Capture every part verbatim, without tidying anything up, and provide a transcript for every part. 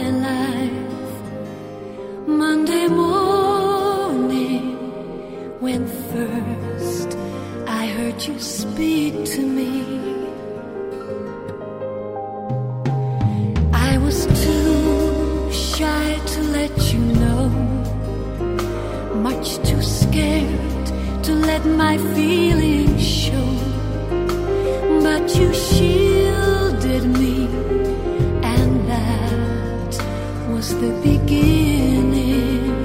my life. Monday morning, when first I heard you speak to me, I was too shy to let you know, much too scared to let my feelings show, but you shielded me, and that was the beginning.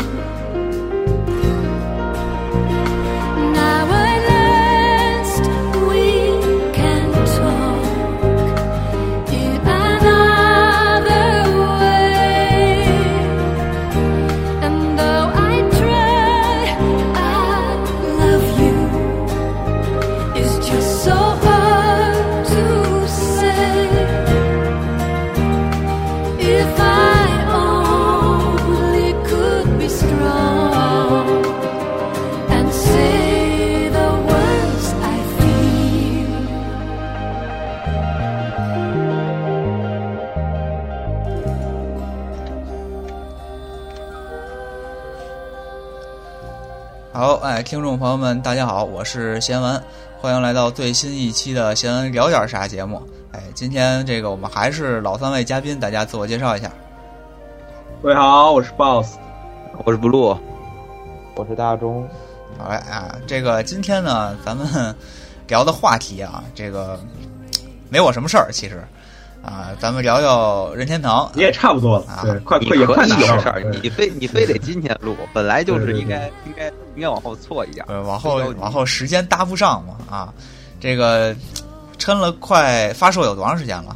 Now at last we can talk in another way, and though I try, I love you, it's just so hard to say. If I only could be strong and say the words I feel. 好，哎，听众朋友们，大家好，我是贤文，欢迎来到最新一期的贤文聊点啥节目。哎，今天这个我们还是老三位嘉宾，大家自我介绍一下。 各位好，我是 Boss， 我是 Blue， 我是大钟。 好嘞啊，这个今天呢，咱们聊的话题啊，这个没我什么事儿，其实啊，咱们聊聊任天堂。 你也差不多了， 啊、 对，快快也快拿到事儿，你非你非得今天录，本来就是应该应该应该往后错一点， 呃，往后往后时间搭不上嘛啊，这个抻了快发售有多长时间了？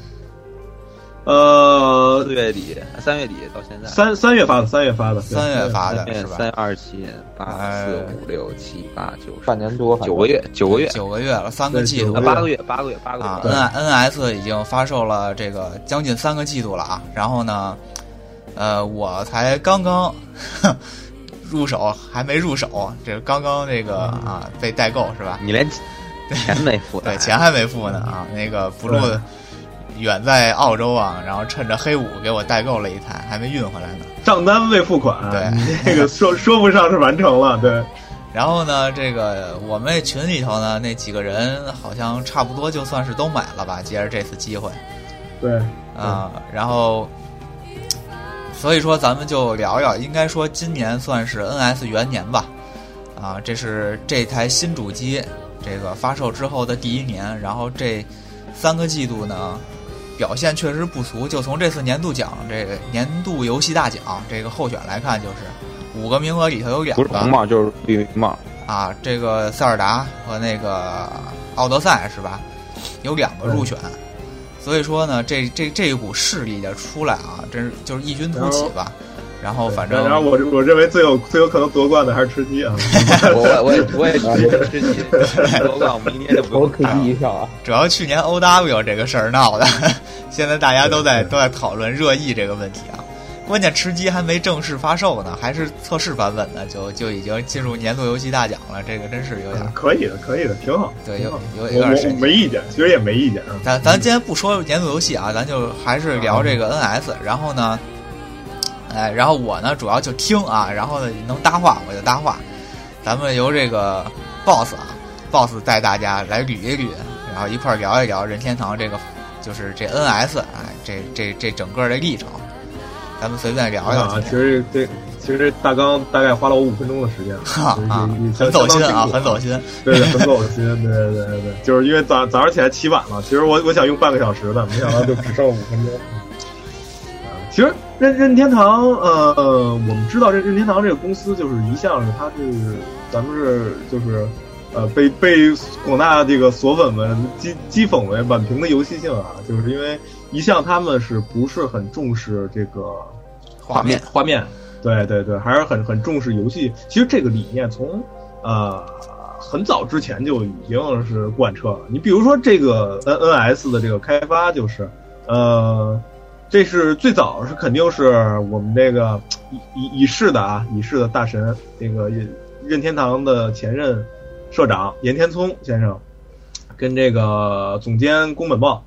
呃， 四月底，三月底到现在， 三三月发的，三月发的， 三月发的是吧？ 三二七八四五六七八九， 半年多， 九个月，九个月， 九个月了，三个季度， 八个月，八个月，八个月啊 ！N N S 已经发售了这个将近三个季度了啊。然后呢，呃，我才刚刚入手，还没入手，这个刚刚这个啊被代购是吧？ 你连钱没付， 对，钱还没付呢啊。那个 Blue 远在澳洲啊，然后趁着黑五给我代购了一台，还没运回来呢。 账单未付款， 对， 这个说说不上是完成了，对。 然后呢，这个我们群里头呢，那几个人好像差不多就算是都买了吧，借着这次机会。 对啊、呃，然后，所以说咱们就聊聊，应该说今年算是 N S 元年吧。啊，这是这台新主机这个发售之后的第一年，然后这三个季度呢，表现确实不俗。就从这次年度奖这个年度游戏大奖这个候选来看，就是五个名额里头有两个不是红帽就是绿帽啊，这个塞尔达和那个奥德赛是吧？有两个入选，所以说呢，这这这一股势力的出来啊，真是就是异军突起吧。然后反正， 然后我我认为最有最有可能夺冠的还是吃鸡啊！ 我我也我也觉得吃鸡夺冠，我明年就不用可以一票啊！ 主要去年 O W 这个事儿闹的，现在大家都在都在讨论热议这个问题啊。关键吃鸡还没正式发售呢，还是测试版本呢，就就已经进入年度游戏大奖了，这个真是有点、 嗯、可以的，可以的，挺好。 对，有有有点神奇。 我没意见，其实也没意见啊。 咱咱今天不说年度游戏啊，咱就还是聊这个 N S、嗯。然后呢，哎，然后我呢主要就听啊，然后呢能搭话我就搭话。咱们由这个 boss 啊 ，boss 带大家来捋一捋，然后一块聊一聊任天堂这个就是这 N S 哎，这这这整个的历程。咱们随便聊聊啊，其实这其实这大纲大概花了我五分钟的时间， 啊，很走心啊，很走心， 对对，很走心，对对对对，就是因为早早上起来起晚了，其实我我想用半个小时的，没想到就只剩了五分钟。其实任任天堂，呃，我们知道这任天堂这个公司就是一向是它是咱们是就是呃被被广大这个索粉们讥讥讽为满屏的游戏性啊，就是因为一向他们是不是很重视这个画面画面，对对对，还是很很重视游戏。其实这个理念从呃很早之前就已经是贯彻了。你比如说这个 N N S 的这个开发，就是呃。这是最早是肯定是我们这个已已逝的啊，已逝的大神，那个任天堂的前任社长岩田聪先生，跟这个总监宫本茂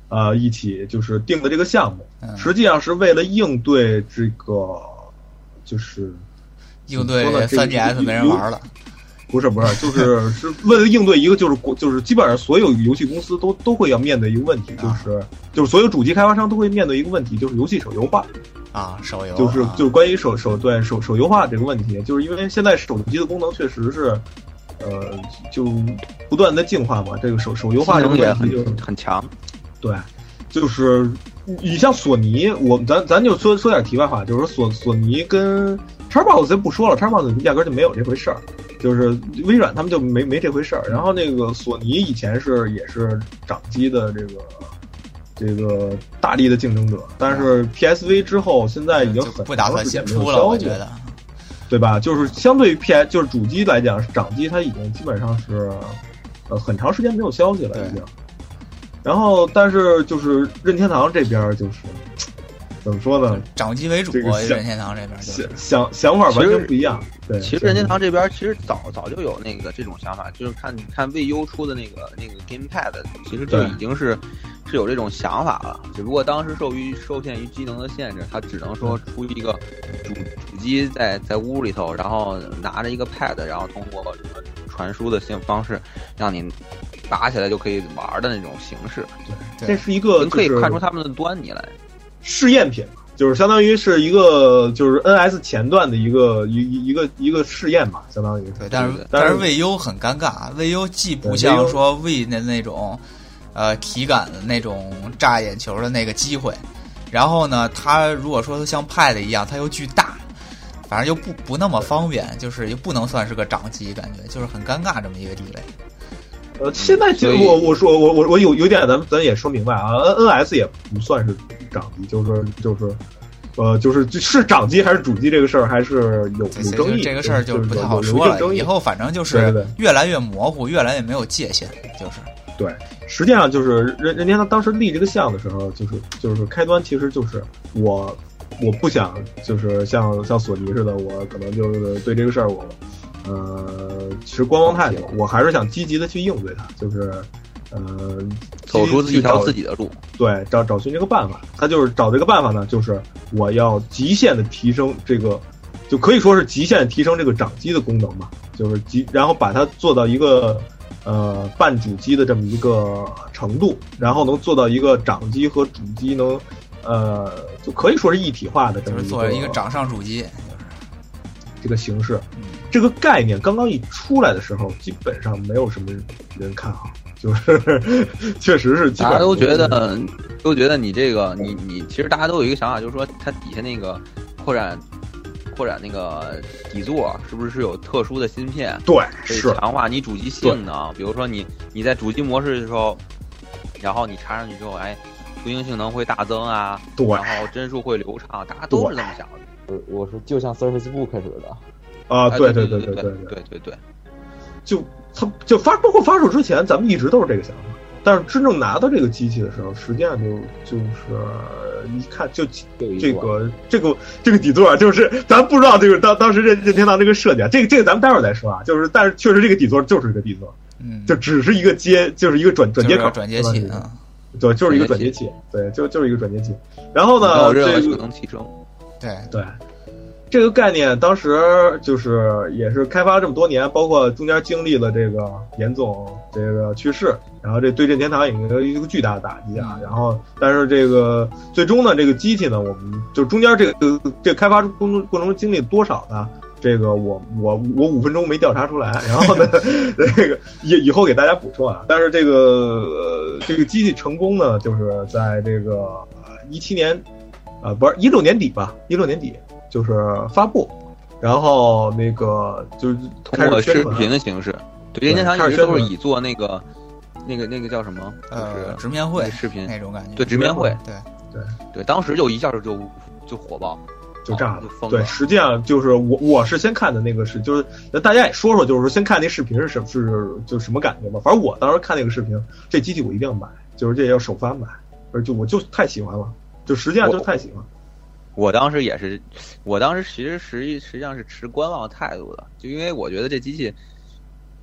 呃一起就是定的这个项目， 嗯、 实际上是为了应对这个就是应对 三 D S 没人玩了。 不是不是，就是是为了应对一个就是就是基本上所有游戏公司都都会要面对一个问题，就是就是所有主机开发商都会面对一个问题，就是游戏手游化啊，手游就是就是关于手手对手手游化这个问题，就是因为现在手机的功能确实是呃就不断的进化嘛，这个手手游化这个问题就很强， 对，就是你像索尼，我咱咱就说说点题外话，就是说索索尼跟 Xbox 咱不说了 ，Xbox 压根就没有这回事儿。就是微软他们就没没这回事儿，然后那个索尼以前是也是掌机的这个这个大力的竞争者，但是 P S V 之后现在已经很不打算新出了，我觉得， 对吧？就是相对于 P S 就是主机来讲，掌机它已经基本上是呃很长时间没有消息了已经。然后，但是就是任天堂这边就是怎么说呢？ 掌机为主， 这个任天堂这边就是想想法完全不一样。对， 其实任天堂这边其实早早就有那个这种想法，就是看看 V U 出的那个那个 GamePad， 其实就已经是是有这种想法了。只不过当时受于受限于机能的限制，它只能说出一个主主机在在屋里头，然后拿着一个 Pad， 然后通过传输的性方式让你拔起来就可以玩的那种形式。 对，这是一个可以看出他们的端倪来。 试验品嘛，就是相当于是一个就是 N S 前段的一个一一个一个试验吧，相当于对，但是但是 V U 很尴尬 ，V U 既不像说 V 的那种呃体感的那种炸眼球的那个机会，然后呢，它如果说像 Pad 一样，它又巨大，反正又不不那么方便，就是又不能算是个掌机，感觉就是很尴尬这么一个地位。 呃，现在就我我说我我我有有点咱咱也说明白啊 ，N N S 也不算是掌机，就是就是，呃，就是是掌机还是主机这个事儿还是有有争议， 这个事儿就不太好说了。以后反正就是越来越模糊，越来越没有界限，就是对。实际上就是任任天堂当时立这个项的时候，就是就是开端其实就是我我不想就是像像索尼似的，我可能就是对这个事儿我。呃，持观望态度，我还是想积极的去应对它，就是，呃， 走出一条自己的路， 对，找找寻这个办法。他就是找这个办法呢，就是我要极限的提升这个，就可以说是极限提升这个掌机的功能嘛，就是极，然后把它做到一个呃半主机的这么一个程度，然后能做到一个掌机和主机能呃，就可以说是一体化的这么一个， 就是做一个掌上主机，就是这个形式。这个概念刚刚一出来的时候，基本上没有什么人看好，就是确实是大家都觉得都觉得你这个你你其实大家都有一个想法，就是说它底下那个扩展扩展那个底座是不是是有特殊的芯片？ 对， 是强化你主机性能。比如说你你在主机模式的时候，然后你插上去之后，哎，图形性能会大增啊， 对， 然后帧数会流畅，大家都是这么想的。 我我说就像 Surface Book 似的。 啊，对对对对对对对对， 就他就发包括发售之前，咱们一直都是这个想法，但是真正拿到这个机器的时候，实际上就就是一看就这个这个这个底座，就是咱不知道这个当当时任任天堂这个设计，这个这个咱们待会儿再说啊，就是但是确实这个底座就是一个底座， 嗯， 就只是一个接就是一个转转接口转接器啊， 对，就是一个转接器，对，就就是一个转接器，然后呢，这个能提升， 对对。这个概念当时就是也是开发这么多年，包括中间经历了这个严总这个去世，然后这对任天堂也有一个巨大的打击啊。然后，但是这个最终呢，这个机器呢，我们就中间这个这个开发过程过程中经历多少呢？这个我我我五分钟没调查出来，然后呢，这个以以后给大家补充啊。但是这个、呃、这个机器成功呢，就是在这个一七年啊、呃，不是一六年底吧，一六年底。就是发布，然后那个就是通过视频的形式，对，任天堂一直都是以做那个那个那个叫什么，就是直面会视频那种感觉， 对，直面会， 对对对，当时就一下就就火爆， 就炸了， 就疯了。 对，实际上就是我我是先看的那个是，就是大家也说说，就是说先看那视频是什是就什么感觉吧。反正我当时看那个视频，这机器我一定要买，就是这要首发买，而就我就太喜欢了，就实际上就太喜欢。 我当时也是，我当时其实实际实际上是持观望态度的，就因为我觉得这机器，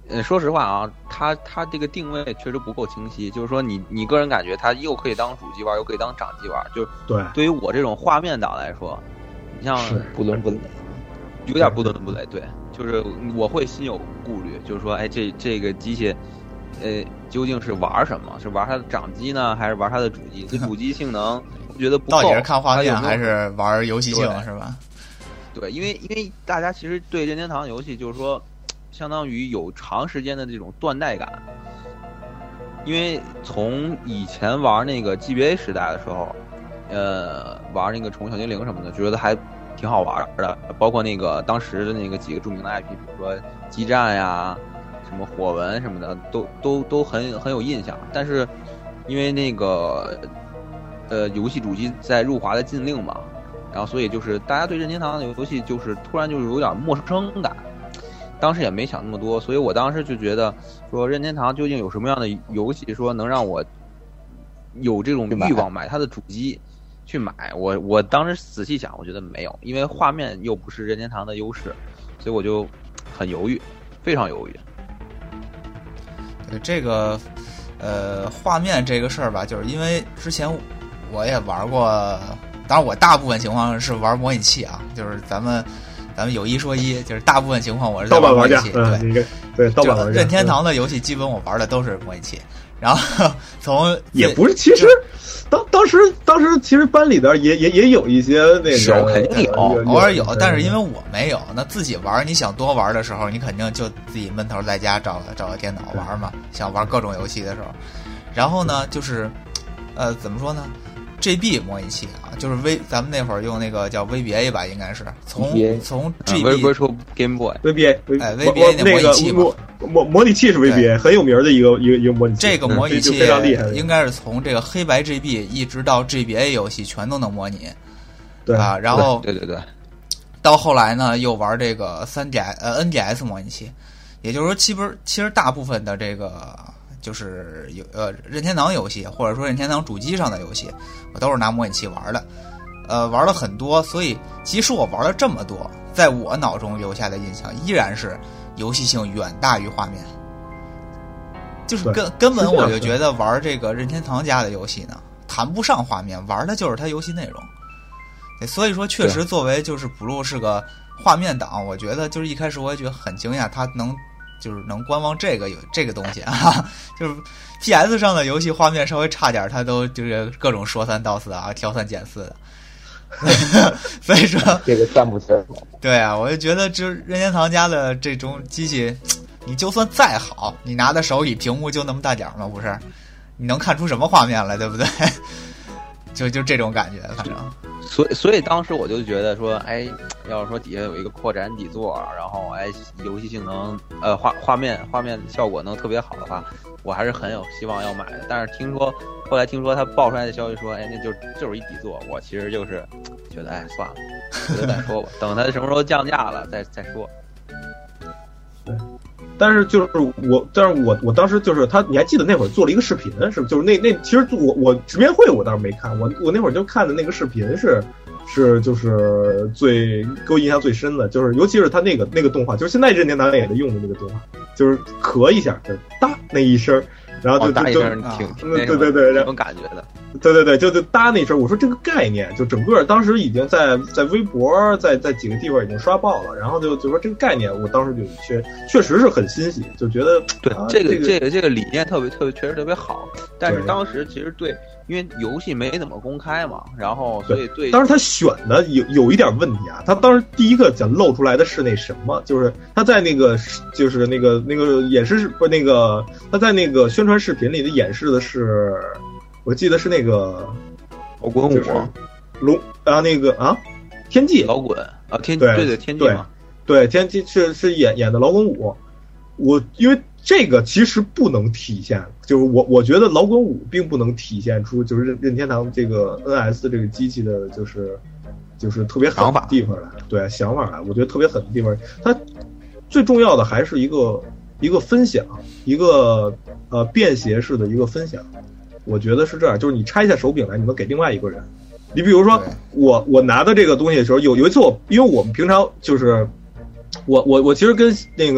呃，说实话啊，它它这个定位确实不够清晰。就是说你，你个人感觉它又可以当主机玩，又可以当掌机玩。就是对， 对于我这种画面党来说，你像不伦不类， 有点不伦不类。对，就是我会心有顾虑，就是说，哎，这这个机器，呃，究竟是玩什么？是玩它的掌机呢，还是玩它的主机？这主机性能我觉得不够。 到底是看画面还是玩游戏性，是吧？ 对，因为因为大家其实对任天堂的游戏就是说。相当于有长时间的这种断代感，因为从以前玩那个 G B A 时代的时候，呃，玩那个宠物小精灵什么的，觉得还挺好玩的，包括那个当时的那个几个著名的 I P， 比如说激战呀、什么火纹什么的，都都都很很有印象。但是因为那个呃游戏主机在入华的禁令嘛，然后所以就是大家对任天堂的游戏就是突然就是有点陌生感。当时也没想那么多，所以我当时就觉得说任天堂究竟有什么样的游戏说能让我有这种欲望买它的主机去买。我我当时仔细想，我觉得没有，因为画面又不是任天堂的优势，所以我就很犹豫，非常犹豫。 对这个呃画面这个事儿吧，就是因为之前我也玩过，当然我大部分情况是玩模拟器啊，就是咱们。咱们有一说一，就是大部分情况我是在玩模拟器， 嗯、对对，盗版玩家。 任天堂的游戏基本我玩的都是模拟器，然后从也不是，其实当当时当时其实班里边也也也有一些那个， 肯定有， 偶尔有，但是因为我没有，那自己玩，你想多玩的时候，你肯定就自己闷头在家找找个电脑玩嘛，想玩各种游戏的时候，然后呢，就是呃怎么说呢？G B 模拟器啊，就是 V， 咱们那会儿用那个叫 V B A 吧，应该是从从 G B Virtual Game Boy V B A， 哎 V B A 那模拟器嘛， 模模拟器是 V B A， 很有名的一个一个一个模拟器。 这个模拟器非常厉害， 应该是从这个黑白 G B 一直到 G B A 游戏全都能模拟。 对啊，然后对对对， 到后来呢，又玩这个三 D 呃 N D S 模拟器，也就是说，其实其实大部分的这个。就是有呃任天堂游戏，或者说任天堂主机上的游戏，我都是拿模拟器玩的，呃，玩了很多。所以即使我玩了这么多，在我脑中留下的印象依然是游戏性远大于画面。就是根根本我就觉得玩这个任天堂家的游戏呢，谈不上画面，玩的就是它游戏内容。对，所以说确实作为就是 Blue 是个画面党，我觉得就是一开始我也觉得很惊讶，它能。就是能观望这个有这个东西啊，就是 P S 上的游戏画面稍微差点，它都就是各种说三道四啊，挑三拣四的。所以说这个赞不起来。 对啊，我就觉得就是任天堂家的这种机器，你就算再好，你拿在手里屏幕就那么大点嘛，不是？你能看出什么画面来，对不对？就就这种感觉，反正。 所以，所以当时我就觉得说，哎，要是说底下有一个扩展底座，然后哎，游戏性能，呃，画画面画面效果能特别好的话，我还是很有希望要买的。但是听说后来听说他爆出来的消息说，哎，那就就是一底座，我其实就是觉得，哎，算了，觉得再说吧，等他什么时候降价了再再说。 对。但是就是我，但是我我当时就是他，你还记得那会儿做了一个视频，是不是？就是那那其实我我直面会我当时没看，我我那会儿就看的那个视频是是就是最给我印象最深的，就是尤其是他那个那个动画，就是现在任天堂也在用的那个动画，就是咳一下，就是哒那一声，然后就、 哦、 就就就挺对对对， 那种感觉的。 对对对，就就搭那声，我说这个概念，就整个当时已经在在微博，在在几个地方已经刷爆了，然后就就说这个概念，我当时就确确实是很欣喜，就觉得对、 啊、 这个这个这个这个理念特别特别确实特别好，但是当时其实对，因为游戏没怎么公开嘛，然后所以对， 当时他选的有有一点问题啊，他当时第一个想露出来的是那什么，就是他在那个就是那个那个演示不是那个他在那个宣传视频里的演示的是，我记得是那个。 老滚五， 龙啊，那个啊，天际老滚啊，天对对对天际嘛， 对天际是是演演的老滚五。我因为这个其实不能体现，就是我我觉得老滚五并不能体现出就是任任天堂这个 N S 这个机器的就是就是特别狠的地方来，对想法来，我觉得特别狠的地方，它最重要的还是一个一个分享，一个呃便携式的一个分享。我觉得是这样，就是你拆下手柄来，你能给另外一个人。你比如说，我我拿到这个东西的时候，有有一次我，因为我们平常就是，我我我其实跟那个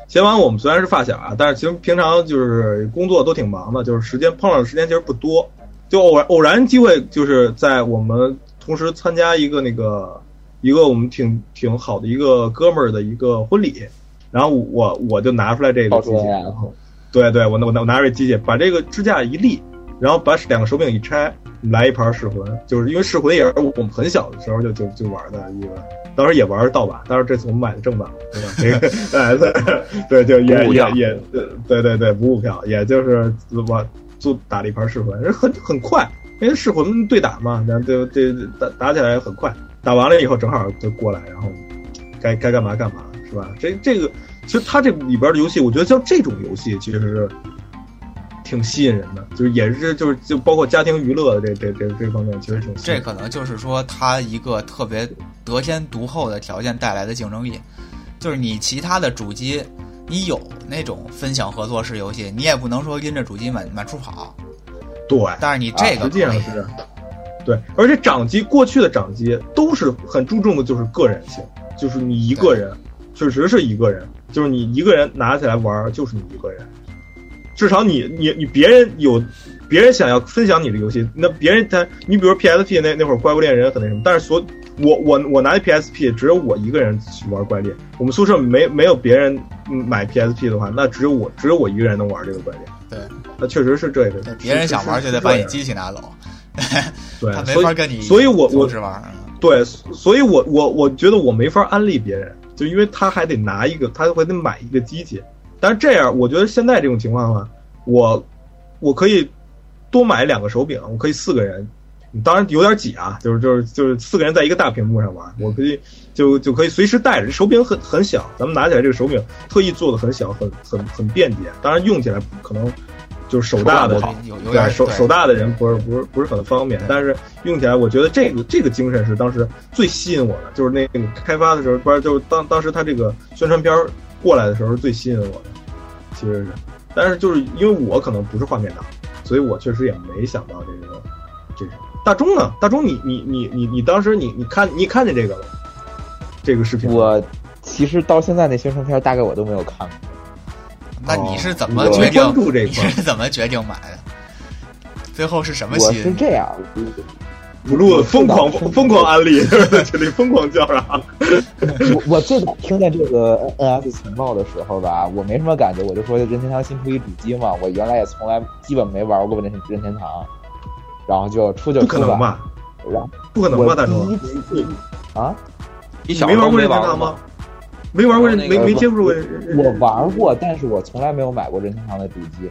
贤完我们虽然是发小啊，但是其实平常就是工作都挺忙的，就是时间碰上的时间其实不多，就偶然偶然机会，就是在我们同时参加一个那个一个我们挺挺好的一个哥们儿的一个婚礼，然后我我就拿出来这个机器，然后对对，我我我拿着这机器把这个支架一立，然后把两个手柄一拆，来一盘噬魂，就是因为噬魂也是我们很小的时候就就就玩的一个。当时也玩盗版，当时这次我们买的正版，对吧？这个哎，对，就也也也，对对对，补补票，也就是我就打了一盘噬魂，很很快，因为噬魂对打嘛，然后对对打打起来很快，打完了以后正好就过来，然后该该干嘛干嘛，是吧？这这个其实它这里边的游戏，我觉得像这种游戏其实是挺吸引人的，就是也是就是就包括家庭娱乐的这这这这方面，其实挺吸引人的。 这可能就是说它一个特别得天独厚的条件带来的竞争力，就是你其他的主机，你有那种分享合作式游戏，你也不能说拎着主机满满处跑。 对， 但是你这个、 啊、实际上是，对，而且掌机过去的掌机都是很注重的就是个人性，就是你一个人，确实是一个人，就是你一个人拿起来玩，就是你一个人。至少你你你别人有，别人想要分享你的游戏，那别人他你比如 P S P 那那会儿怪物猎人和那什么，但是所我我我拿 P S P 只有我一个人去玩怪猎，我们宿舍没没有别人买 P S P 的话，那只有我只有我一个人能玩这个怪猎。 对， 那确实是这个。 别人想玩就得把你机器拿走， 对， 他没法跟你所以我我是玩。 对，所以我我我觉得我没法安利别人，就因为他还得拿一个，他会得买一个机器。但是这样，我觉得现在这种情况的话，我我可以多买两个手柄，我可以四个人，当然有点挤啊，就是就是就是四个人在一个大屏幕上玩，我可以就就可以随时带着，手柄很很小，咱们拿起来这个手柄特意做的很小，很很很便捷，当然用起来可能就是手大的有有点手手大的人不是不是不是很方便，但是用起来我觉得这个这个精神是当时最吸引我的，就是那个开发的时候，不是就是当当时他这个宣传片过来的时候最吸引我的。其实是，但是就是因为我可能不是画面党，所以我确实也没想到这个这个大钟呢？大钟你你你你你当时你你看你看见这个了？这个视频？ 我其实到现在那宣传片大概我都没有看过。 那你是怎么决定？ 关注这块？ 你是怎么决定买的？最后是什么吸引？ 我是这样。 不录疯狂疯狂安利，这里疯狂叫嚷。 我我最早听见这个 N S 情报的时候吧，我没什么感觉，我就说任天堂新出一主机嘛，我原来也从来基本没玩过任任天堂，然后就出就出吧。 不可能吧？ 然后不可能吧，大叔？ 啊？ 你小没玩过任天堂吗？没玩过任，没没接触过。 我玩过，但是我从来没有买过任天堂的主机。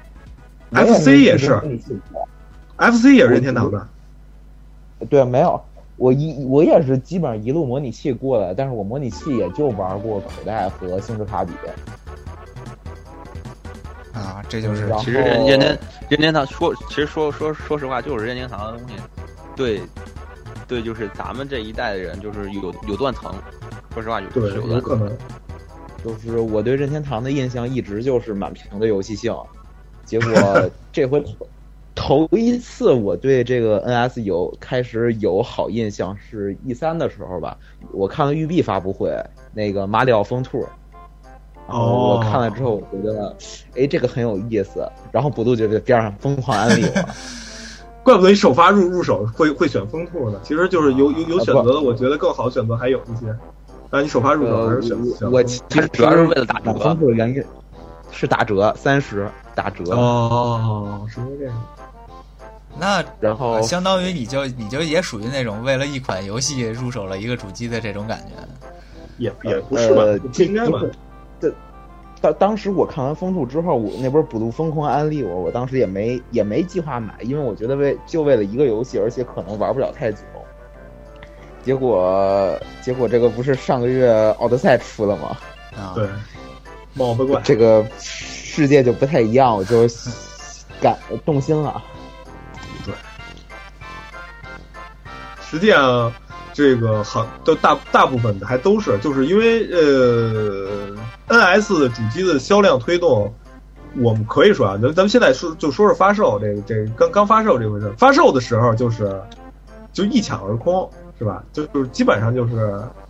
F C 也是 ，F C 也是任天堂的。 对，没有，我一我也是基本上一路模拟器过来，但是我模拟器也就玩过口袋和星之卡比。 啊，这就是其实任天任天堂说，其实说说说实话，就是任天堂的东西，对对，就是咱们这一代的人就是有有断层，说实话有对有可能。 就是我对任天堂的印象一直就是满屏的游戏性，结果这回。头一次我对这个 N S 有开始有好印象是 E 三的时候吧，我看了育碧发布会那个马里奥风兔，然后我看了之后我觉得，哎，这个很有意思，然后补度就在边上疯狂安利我。 怪不得你首发入入手会会选风兔呢，其实就是有有有选择的，我觉得更好选择还有一些，但你首发入手还是选择、 呃。我其实主要是为了打折， 风兔的原因是打折三十打折哦，是因为这样。 那然后相当于你就你就也属于那种为了一款游戏入手了一个主机的这种感觉， 也也不是吧？ 呃、 不应该吧？ 这当当时我看完风兔之后，我那波补录疯狂安利我，我当时也没也没计划买，因为我觉得为就为了一个游戏，而且可能玩不了太久。结果结果这个不是上个月奥德赛出了吗？ 啊， 对，帽子怪， 这个世界就不太一样，我就感动心了。 对，实际上这个很都大大部分的还都是就是因为呃 N S 主机的销量推动，我们可以说啊，咱咱们现在说就说是发售这个这个、刚刚发售这回事，发售的时候就是就一抢而空，是吧？就就是基本上就是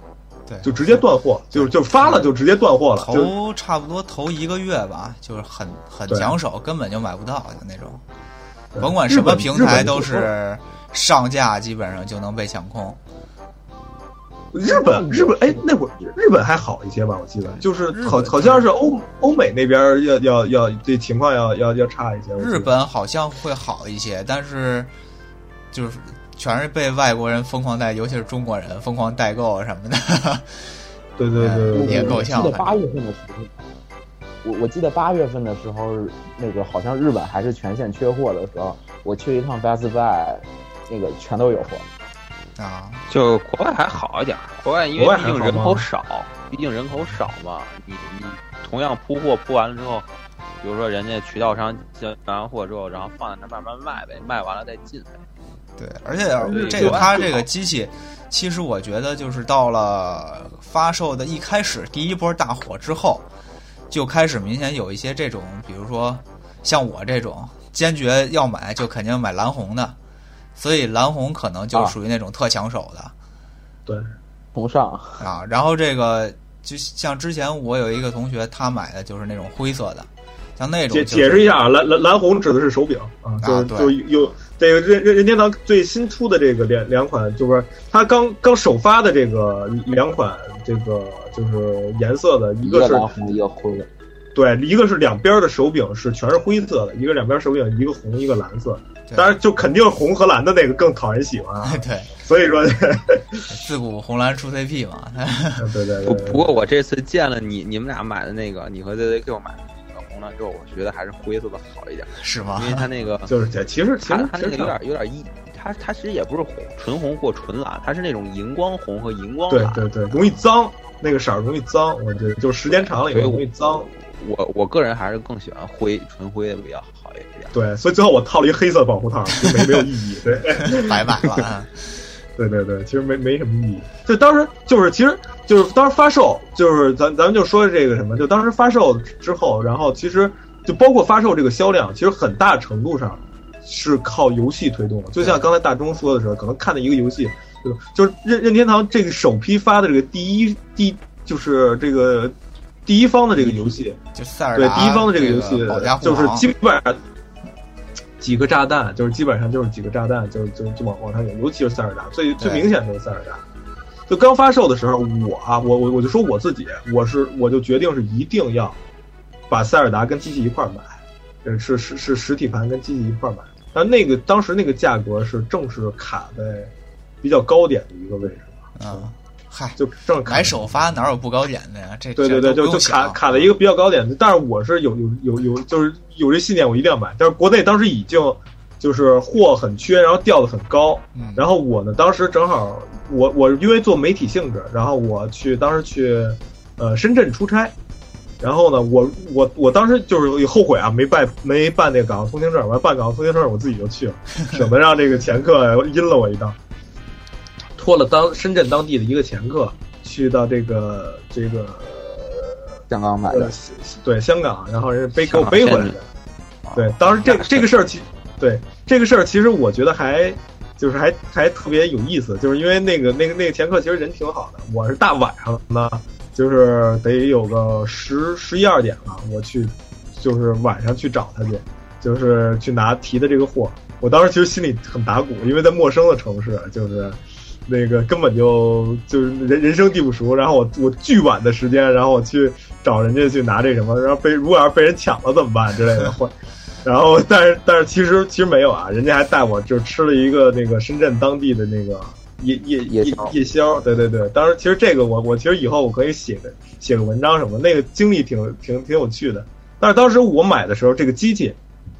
对， 就直接断货，就就发了就直接断货了， 头差不多头一个月吧，就是很很抢手，根本就买不到的那种，甭管什么平台都是上架基本上就能被抢空。 日本日本哎，那会儿日本还好一些吧，我记得就是好好像是欧欧美那边要要要这情况要要要差一些。 日本好像会好一些，但是就是全是被外国人疯狂代，尤其是中国人疯狂代购什么的。 对对对对， 也够呛。 我记得八月份的时候，我我记得八月份的时候，那个好像日本还是全线缺货的时候，我去一趟 Best Buy， 那个全都有货。 啊， 就国外还好一点，国外因为毕竟人口少，毕竟人口少嘛，你你同样铺货铺完了之后，比如说人家渠道商进完货之后，然后放在那慢慢卖呗，卖完了再进呗。 对，而且这个它这个机器，其实我觉得就是到了发售的一开始第一波大火之后，就开始明显有一些这种，比如说像我这种坚决要买就肯定买蓝红的。所以蓝红可能就属于那种特抢手的，啊、 对， 红上啊。然后这个就像之前我有一个同学，他买的就是那种灰色的，像那种、就是、 解解释一下啊，蓝蓝蓝红指的是手柄啊，就、 啊、 就有这个任任天堂最新出的这个两两款，就是它刚刚首发的这个两款，这个就是颜色的，一个是蓝红，一个灰的。 对，一个是两边的手柄是全是灰色的，一个两边手柄一个红一个蓝色，当然就肯定红和蓝的那个更讨人喜欢啊。 对， 所以说自古红蓝出 C P 嘛。 对对 对, 对。 不过我这次见了你你们俩买的那个，你和 Z Z Q 买的那个红蓝之后，我觉得还是灰色的好一点， 是吗？ 因为它那个就是其实其实它那个有点有点异，它它其实也不是红纯红或纯蓝，它是那种荧光红和荧光蓝。 对对对，容易脏，那个色儿容易脏，我觉得就时间长了以后容易脏。 我我个人还是更喜欢灰纯灰的比较好一点。 对，所以最后我套了一个黑色保护套，就没没有意义。对， 白买了。 对对对，其实没没什么意义。就当时就是其实就是当时发售，就是咱咱们就说这个什么，就当时发售之后，然后其实就包括发售这个销量，其实很大程度上是靠游戏推动的。就像刚才大钟说的时候，可能看的一个游戏，就是任任天堂这个首批发的这个第一第就是这个。第一方的这个游戏， 就塞尔达对第一方的这个游戏，就是基本上几个炸弹，就是基本上就是几个炸弹，就就就往往上引，尤其是塞尔达，最最明显的就是塞尔达。就刚发售的时候，我啊，我我我就说我自己，我是我就决定是一定要把塞尔达跟机器一块买，呃，是是是实体盘跟机器一块买。但那个当时那个价格是正是卡在比较高点的一个位置啊。嗯嗨， 就正买首发哪有不高点的呀？这对对对，就就卡卡在一个比较高点的。但是我是有有有有，就是有这信念，我一定要买。但是国内当时已经就是货很缺，然后掉的很高。 嗯， 然后我呢，当时正好我我因为做媒体性质，然后我去当时去呃深圳出差，然后呢，我我我当时就是后悔啊，没办没办那个港澳通行证，我要办港澳通行证，我自己就去了，省得让这个前客阴了我一道。托了当深圳当地的一个前客，去到这个这个香港买的， 呃、对香港，然后人背给我背回来的。对，当时这个这个事儿，其对这个事儿，其实我觉得还就是还还特别有意思，就是因为那个那个那个前客其实人挺好的，我是大晚上呢，就是得有个十十一二点了，我去就是晚上去找他去，就是去拿提的这个货。我当时其实心里很打鼓，因为在陌生的城市，就是。那个根本就就是人人生地不熟，然后我我巨晚的时间，然后我去找人家去拿这什么，然后被如果要是被人抢了怎么办之类的，或然后但是但是其实其实没有啊，人家还带我就吃了一个那个深圳当地的那个夜夜夜夜宵，对对对，当时其实这个我我其实以后我可以写个写个文章什么，那个经历挺挺挺有趣的，但是当时我买的时候这个机器。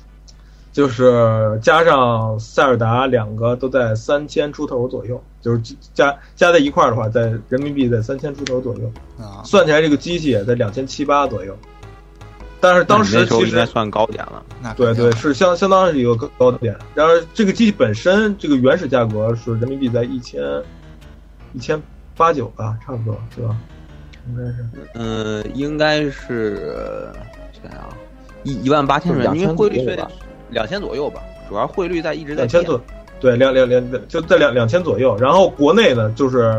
就是加上塞尔达两个都在三千出头左右，就是加加在一块儿的话，在人民币在三千出头左右， 啊， 算起来这个机器也在两千七八左右。但是当时其实应该算高点了， 对对，是相相当是一个高点。然而这个机器本身这个原始价格是人民币在一千一千八九吧，差不多是吧？应该是， 嗯，应该是想想一一万八千元，因为汇率税。两千左右吧，主要汇率在一直在两千左，对，两两两就在两两千左右。然后国内呢，就是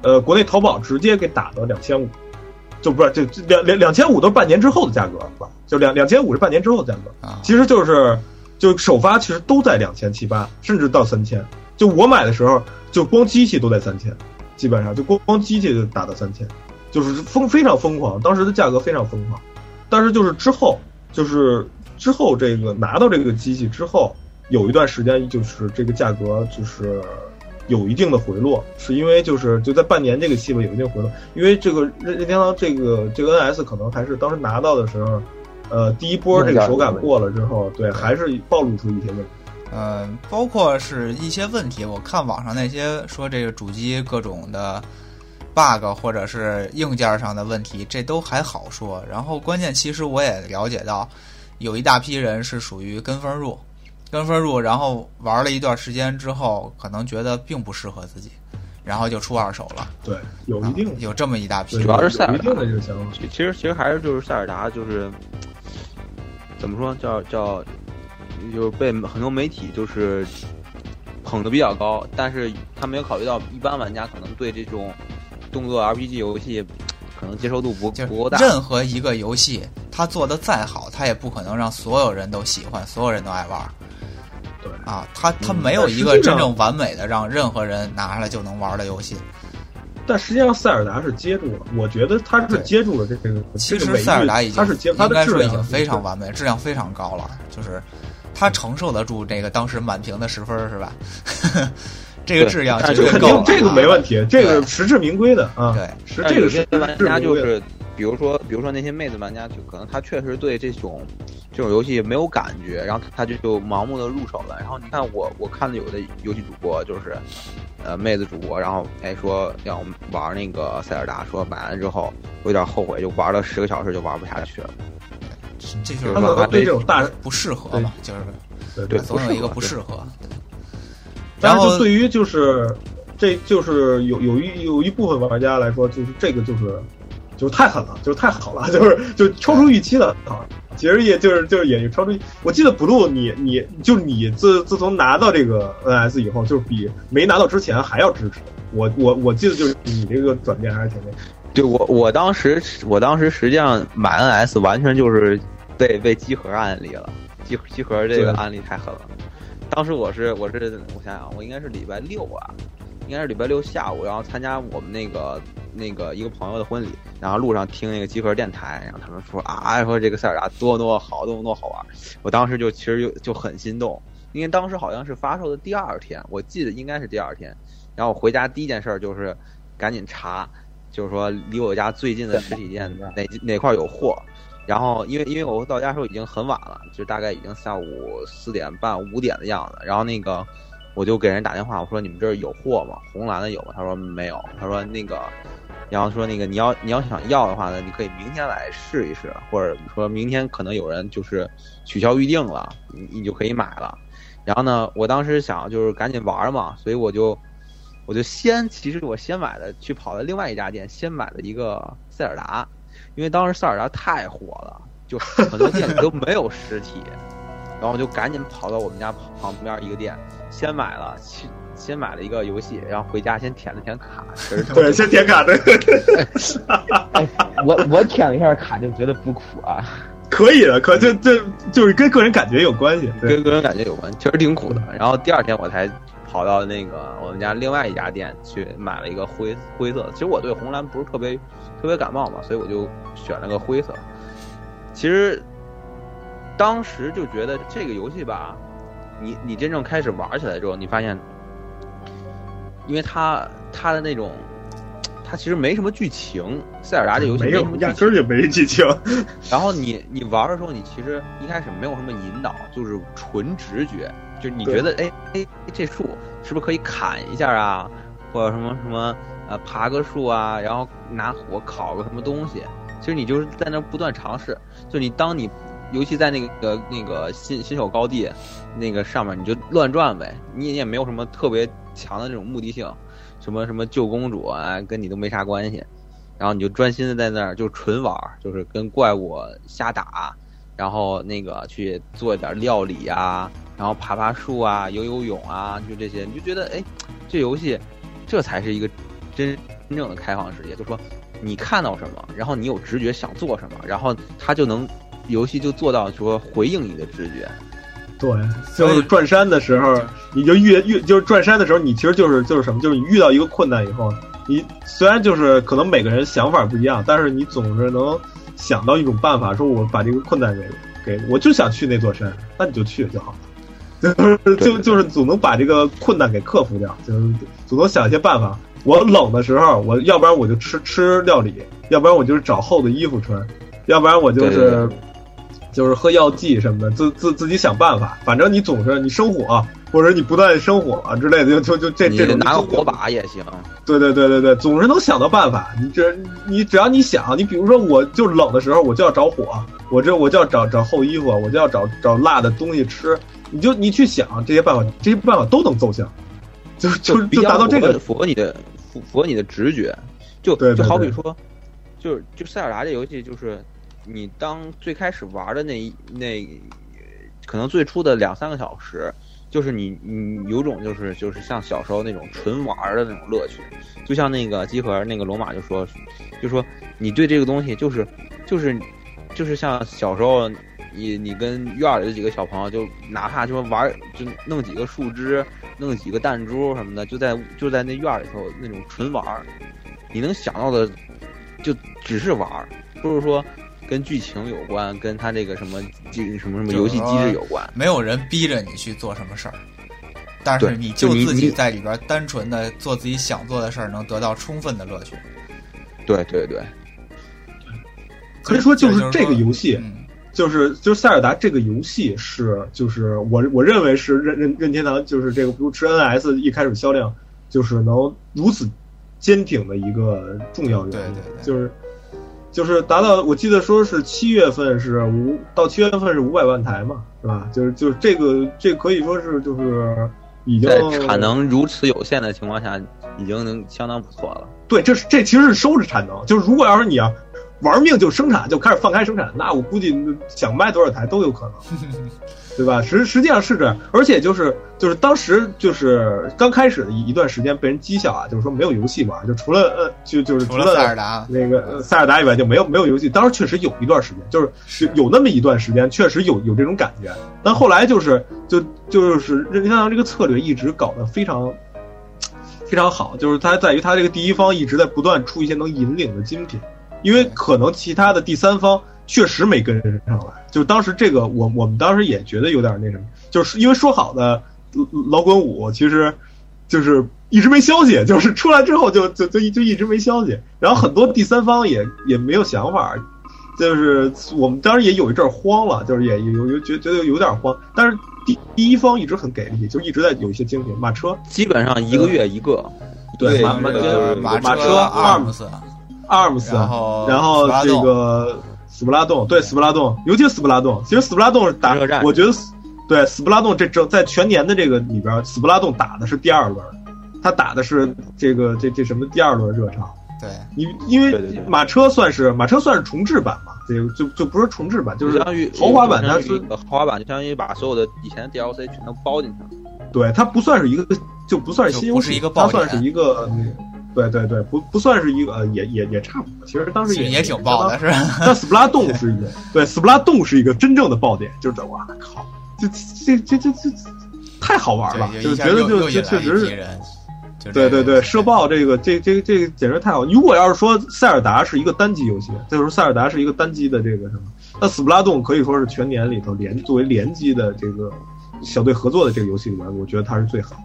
呃，国内淘宝直接给打到两千五，就不是就两两两千五都是半年之后的价格吧？就两两千五是半年之后的价格，其实就是就首发其实都在两千七八，甚至到三千。就我买的时候，就光机器都在三千，基本上就光光机器就打到三千，就是疯非常疯狂，当时的价格非常疯狂。但是就是之后，就是之后这个拿到这个机器之后，有一段时间就是这个价格就是有一定的回落，是因为就是就在半年这个期间有一定回落，因为这个任天堂这个这个 N S 可能还是当时拿到的时候，呃，第一波这个手感过了之后，对，还是暴露出一些问题。 呃，包括是一些问题，我看网上那些说这个主机各种的 bug 或者是硬件上的问题，这都还好说。然后关键其实我也了解到，有一大批人是属于跟风入，跟风入，然后玩了一段时间之后，可能觉得并不适合自己，然后就出二手了。 对，有一定、 啊、有这么一大批， 主要是塞尔达的这个想法。 其实其实还是就是塞尔达，就是怎么说叫叫。就是被很多媒体就是捧得比较高，但是他没有考虑到一般玩家可能对这种动作 R P G 游戏可能接受度不不够大。 任何一个游戏它做得再好，它也不可能让所有人都喜欢，所有人都爱玩。 对啊，它它没有一个真正完美的让任何人拿下来就能玩的游戏。 但实际上塞尔达是接住了，我觉得它是接住了这个。 其实塞尔达已经它是接，它的质量应该说已经非常完美，质量非常高了，就是它承受得住这个当时满屏的十分是吧？这个质量绝对够了， 这个没问题，这个实至名归的啊。 对， 是这个是玩家就是，比如说比如说那些妹子玩家，就可能他确实对这种这种游戏没有感觉，然后他就就盲目的入手了。然后你看我我看了有的游戏主播就是。呃，妹子主播，然后哎说要玩那个塞尔达，说买完之后有点后悔，就玩了十个小时就玩不下去了。 这就是他们对这种大不适合嘛，就是对对， 总有一个不适合。 然后对于就是这就是有有一有一部分玩家来说，就是这个就是就是太狠了，就是太好了，就是就超出预期了啊。其实也就是就是也超出，我记得 Blue 你你就你自自从拿到这个 N S 以后，就是比没拿到之前还要支持。我我我记得就是你这个转变还是挺那。 对我我当时我当时实际上买 N S 完全就是被被机核案例了，机机核这个案例太狠了。当时我是我是我想想，我应该是礼拜六啊，应该是礼拜六下午，然后参加我们那个那个一个朋友的婚礼，然后路上听那个集合电台，然后他们说啊，说这个塞尔达多多好，多多好玩。我当时就其实就就很心动，因为当时好像是发售的第二天，我记得应该是第二天。然后我回家第一件事就是赶紧查，就是说离我家最近的实体店哪哪块有货。然后因为因为我到家的时候已经很晚了，就大概已经下午四点半五点的样子。然后那个我就给人打电话，我说你们这儿有货吗？红蓝的有吗？他说没有。他说那个，然后说那个你要你要想要的话呢，你可以明天来试一试，或者说明天可能有人就是取消预定了，你你就可以买了。然后呢，我当时想就是赶紧玩嘛，所以我就我就先其实我先买的去跑到另外一家店，先买了一个塞尔达。因为当时塞尔达太火了，就很多店里都没有实体，然后我就赶紧跑到我们家旁边一个店，先买了，先买了一个游戏，然后回家先填了填卡。 对，先填卡，对。 哎，我我填了一下卡，就觉得不苦啊。 可以的，可就这就是跟个人感觉有关系， 跟个人感觉有关系，确实挺苦的。然后第二天我才跑到那个我们家另外一家店去买了一个灰灰色的。其实我对红蓝不是特别特别感冒嘛，所以我就选了个灰色。其实当时就觉得这个游戏吧，你你真正开始玩起来之后，你发现，因为它它的那种，它其实没什么剧情。塞尔达这游戏没什么剧情， 压根儿就没剧情。 然后你你玩的时候，你其实一开始没有什么引导，就是纯直觉，就是你觉得哎哎这树是不是可以砍一下啊，或者什么什么呃爬个树啊，然后拿火烤个什么东西。其实你就是在那不断尝试，就你当你尤其在那个那个新新手高地那个上面，你就乱转呗，你也没有什么特别强的那种目的性，什么什么救公主啊，跟你都没啥关系。然后你就专心的在那儿就纯玩，就是跟怪物瞎打，然后那个去做一点料理啊，然后爬爬树啊，游游泳啊，就这些，你就觉得哎，这游戏这才是一个真真正的开放世界，就是说你看到什么，然后你有直觉想做什么，然后它就能游戏就做到说回应你的直觉。 对，就是转山的时候，你就遇遇就是转山的时候，你其实就是就是什么，就是你遇到一个困难以后，你虽然就是可能每个人想法不一样，但是你总是能想到一种办法，说我把这个困难给给，我就想去那座山，那你就去就好了，就是就就是总能把这个困难给克服掉，就是总能想一些办法。我冷的时候，我要不然我就吃吃料理，要不然我就是找厚的衣服穿，要不然我就是。 对对对就是喝药剂什么的，自自自己想办法。反正你总是你生火，或者你不断生火啊之类的，就就就这这种拿个火把也行。 对对对对对，总是能想到办法。你这你只要你想，你比如说我就冷的时候，我就要找火，我这我就要找找厚衣服，我就要找找辣的东西吃。你就你去想这些办法，这些办法都能奏效，就就就达到这个符合你的符符合你的直觉。就对对对就好比说，就是就塞尔达这游戏就是。你当最开始玩的那那可能最初的两三个小时，就是你你有种就是就是像小时候那种纯玩的那种乐趣，就像那个集合那个龙马就说，就说你对这个东西就是就是就是像小时候你你跟院里的几个小朋友，就哪怕就玩就弄几个树枝，弄几个弹珠什么的，就在就在那院里头那种纯玩，你能想到的就只是玩，不是说。跟剧情有关，跟他这个什么机什么什么游戏机制有关， 没有人逼着你去做什么事儿，但是你就自己在里边单纯的做自己想做的事儿，能得到充分的乐趣。 对对对， 可以说就是这个游戏， 嗯、 就是就是塞尔达这个游戏是就是我我认为是任任任天堂就是这个不吃 N S 一开始销量就是能如此坚挺的一个重要原因， 对对对， 就是。就是达到，我记得说是七月份是五到七月份是五百万台嘛，是吧？就是就是这个这可以说是就是已经在产能如此有限的情况下，已经能相当不错了。 对，这是这其实是收着产能，就是如果要是你要玩命就生产，就开始放开生产，那我估计想卖多少台都有可能，对吧？实实际上是这样，而且就是就是当时就是刚开始的一段时间被人讥笑啊，就是说没有游戏玩，就除了呃就就是除了塞尔达那个、呃、塞尔达以外就没有没有游戏。当时确实有一段时间，就是有那么一段时间确实有有这种感觉，但后来就是就就是任天堂这个策略一直搞得非常非常好，就是它在于它这个第一方一直在不断出一些能引领的精品，因为可能其他的第三方确实没跟上来，就当时这个我我们当时也觉得有点那什么，就是因为说好的老滚五其实就是一直没消息，就是出来之后就就就就一直没消息，然后很多第三方也也没有想法，就是我们当时也有一阵慌了，就是也有有觉觉得有点慌，但是第第一方一直很给力，就一直在有一些精品马车， 基本上一个月一个， 对马马车马车 arms arms， 然后然后这个。斯普拉洞，对斯普拉洞，尤其是斯普拉洞。其实斯普拉洞是打，我觉得对斯普拉洞这整在全年的这个里边，斯普拉洞打的是第二轮，他打的是这个这这什么第二轮热潮。 对， 你因为马车算是马车算是重置版嘛，这个就就不是重置版，就是相当于豪华版，它是豪华版，就相当于把所有的以前的 D L C 全都包进去了。 对，它不算是一个，就不算是新游戏，它算是一个。对对对，不不算是一个，呃、也也也差不多。其实当时也也挺爆的，是吧？ 但斯普拉洞是一个，对，斯普拉洞是一个真正的爆点，就是哇靠，这这这这这太好玩了，就觉得就就确实是，对对对，社爆这个这这这简直太好。如果要是说塞尔达是一个单机游戏，就是塞尔达是一个单机的这个什么，那斯普拉洞可以说是全年里头联作为联机的这个小队合作的这个游戏里面，我觉得它是最好的。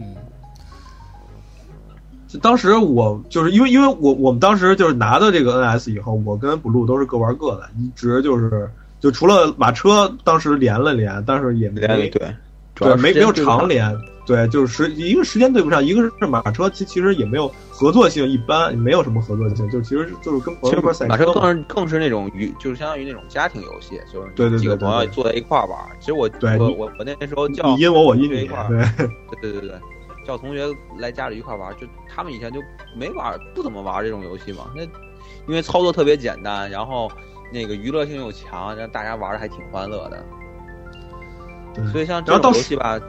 当时我就是因为因为我我们当时就是拿到这个 N S 以后，我跟 Blue 都是各玩各的，一直就是就除了马车当时连了连，但是也没对对没没有长连，对，就是一个时间对不上，一个是马车其其实也没有合作性，一般没有什么合作性，就其实就是跟朋友一块赛车。 马车更是更是那种娱就是相当于那种家庭游戏，就是对对几个朋友坐在一块玩。其实我对我我我那时候叫你阴我我阴你一块， 对对对对对。叫同学来家里一块玩，就他们以前就没玩，不怎么玩这种游戏嘛。那因为操作特别简单，然后那个娱乐性又强，让大家玩的还挺欢乐的。所以像这种游戏吧，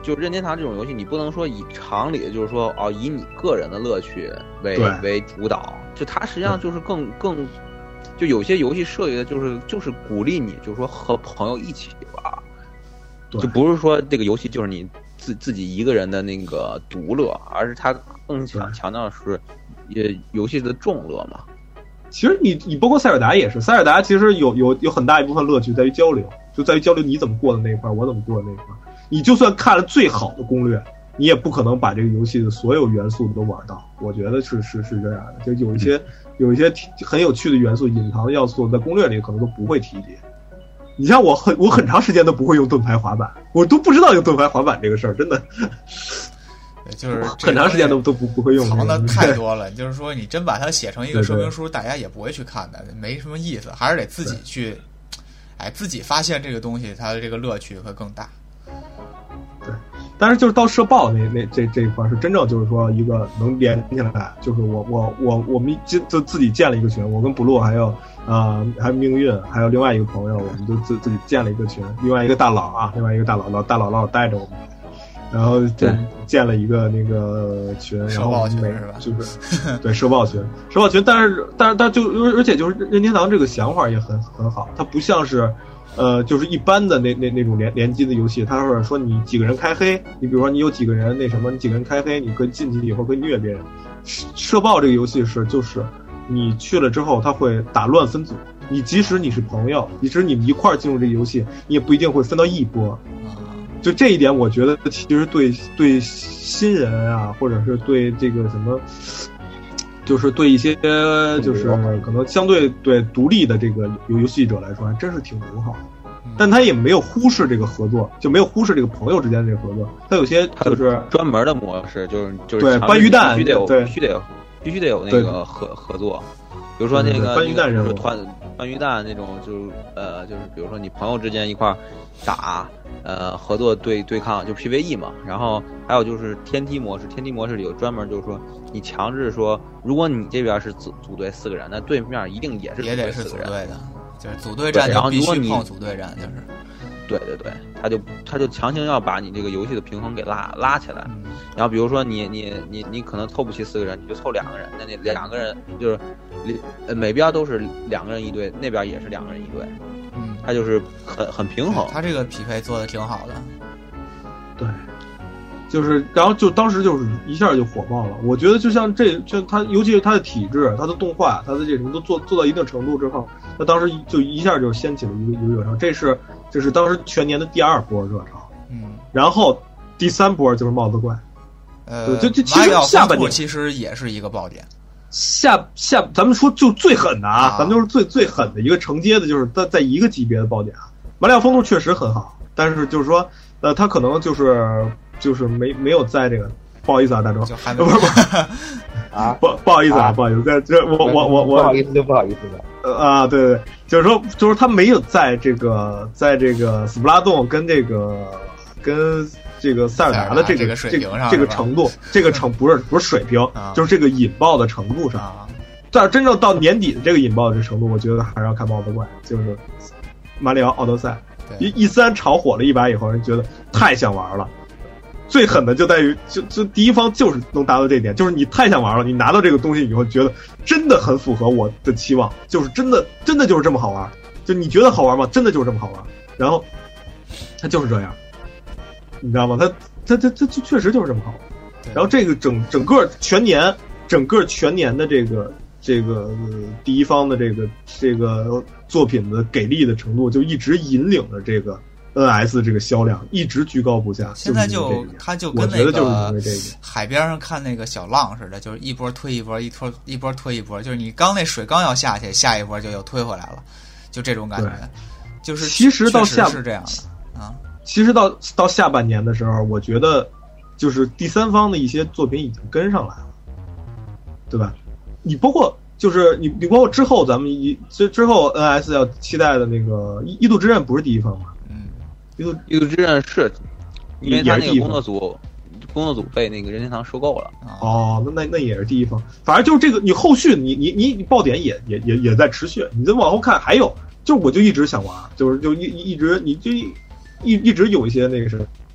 就任天堂这种游戏，你不能说以常理，就是说哦，以你个人的乐趣为为主导，就它实际上就是更更，就有些游戏设计的就是就是鼓励你，就是说和朋友一起玩，就不是说这个游戏就是你自自己一个人的那个独乐，而是它更强强调的是也游戏的众乐嘛。 其实你你包括塞尔达也是，塞尔达其实有有有很大一部分乐趣在于交流，就在于交流你怎么过的那一块，我怎么过的那一块。你就算看了最好的攻略，你也不可能把这个游戏的所有元素都玩到。我觉得是是是这样的，就有一些有一些很有趣的元素、隐藏的要素在攻略里可能都不会提及。你像我很我很长时间都不会用盾牌滑板，我都不知道用盾牌滑板这个事儿，真的。 就是很长时间都都不不会用， 藏的太多了。就是说，你真把它写成一个说明书，大家也不会去看的，没什么意思。还是得自己去，哎，自己发现这个东西，它的这个乐趣会更大。 对，但是就是到社爆那那这这一块是真正就是说一个能连起来，就是我我我我们就就自己建了一个群，我跟 Blue 还有啊、呃、还有命运还有另外一个朋友，我们就自自己建了一个群，另外一个大佬啊，另外一个大佬老大佬老带着我们。然后就建了一个那个群，然后每就是对社爆群，社爆群，但是但是但就而且就是任天堂这个想法也很很好，它不像是呃就是一般的那那那种联联机的游戏，它或者说你几个人开黑，你比如说你有几个人那什么，你几个人开黑，你可以进去以后可以虐别人。社爆这个游戏是就是你去了之后，它会打乱分组，你即使你是朋友，即使你们一块进入这个游戏，你也不一定会分到一波。就这一点，我觉得其实对对新人啊，或者是对这个什么，就是对一些就是可能相对对独立的这个游游戏者来说，还真是挺友好的。但他也没有忽视这个合作，就没有忽视这个朋友之间的这个合作。他有些就是专门的模式，就是就是对搬鱼蛋， 必须得有， 对， 必须得有，必须得有那个合合作。比如说那个搬鱼蛋任务， 团搬鱼蛋那种，就是呃，就是比如说你朋友之间一块打。呃，合作对对抗就 P V E 嘛，然后还有就是天梯模式，天梯模式里有专门就是说，你强制说，如果你这边是组组队四个人，那对面一定也是也得是组队的，就是组队战， 然后必须你碰组队战，就是， 对对对，他就他就强行要把你这个游戏的平衡给拉拉起来， 嗯、 然后比如说你你你你可能凑不齐四个人，你就凑两个人，那你两个人就是呃每边都是两个人一队，那边也是两个人一队。 嗯， 它就是很很平衡， 它这个匹配做的挺好的。 对，就是然后就当时就是一下就火爆了。我觉得就像这，就它尤其是它的体制、它的动画、它的这什么都做做到一定程度之后，它当时就一下就掀起了一个一个热潮。这是这是当时全年的第二波热潮。 嗯， 然后第三波就是帽子怪。 呃， 就就其实下半年其实也是一个爆点。 下下，咱们说就最狠的啊，啊咱们就是最最狠的一个承接的，就是在在一个级别的爆点啊。马里奥风度确实很好，但是就是说，呃，他可能就是就是没没有在这个，不好意思啊，大周，不不不啊， 不不好意思啊，不好意思，在这我我我我不好意思就不好意思的， 呃啊，对对，就是说就是他没有在这个在这个斯普拉洞跟这个跟。这个塞尔达的这个水平上， 这个程度，这个程不是不是水平，就是这个引爆的程度上。但真正到年底的这个引爆的程度，我觉得还是要看帽子怪，就是马里奥奥德赛。一 E 三炒火了一把以后，人觉得太想玩了。最狠的就在于，就就第一方就是能达到这一点，就是你太想玩了，你拿到这个东西以后，觉得真的很符合我的期望，就是真的真的就是这么好玩。就你觉得好玩吗？真的就是这么好玩。然后它就是这样。你知道吗？他他他他确实就是这么好。然后这个整整个全年，整个全年的这个这个、呃、第一方的这个这个作品的给力的程度，就一直引领着这个 N S 这个销量一直居高不下。 现在就他就跟那个海边上看那个小浪似的，就是一波推一波，一波一波推一波，就是你刚那水刚要下去，下一波就又推回来了，就这种感觉。就是其实到下是这样的啊。 其实到到下半年的时候，我觉得就是第三方的一些作品已经跟上来了，对吧？你包括就是你你包括之后咱们一之之后 N S 要期待的那个异度之刃不是第一方吗？ 嗯， 异度异度之刃是，因为他那个工作组工作组被那个任天堂收购了。 哦，那那那也是第一方。反正就是这个，你后续你你你你爆点也也也也在持续，你再往后看还有，就我就一直想玩，就是就一一直你就。一一直有一些那个什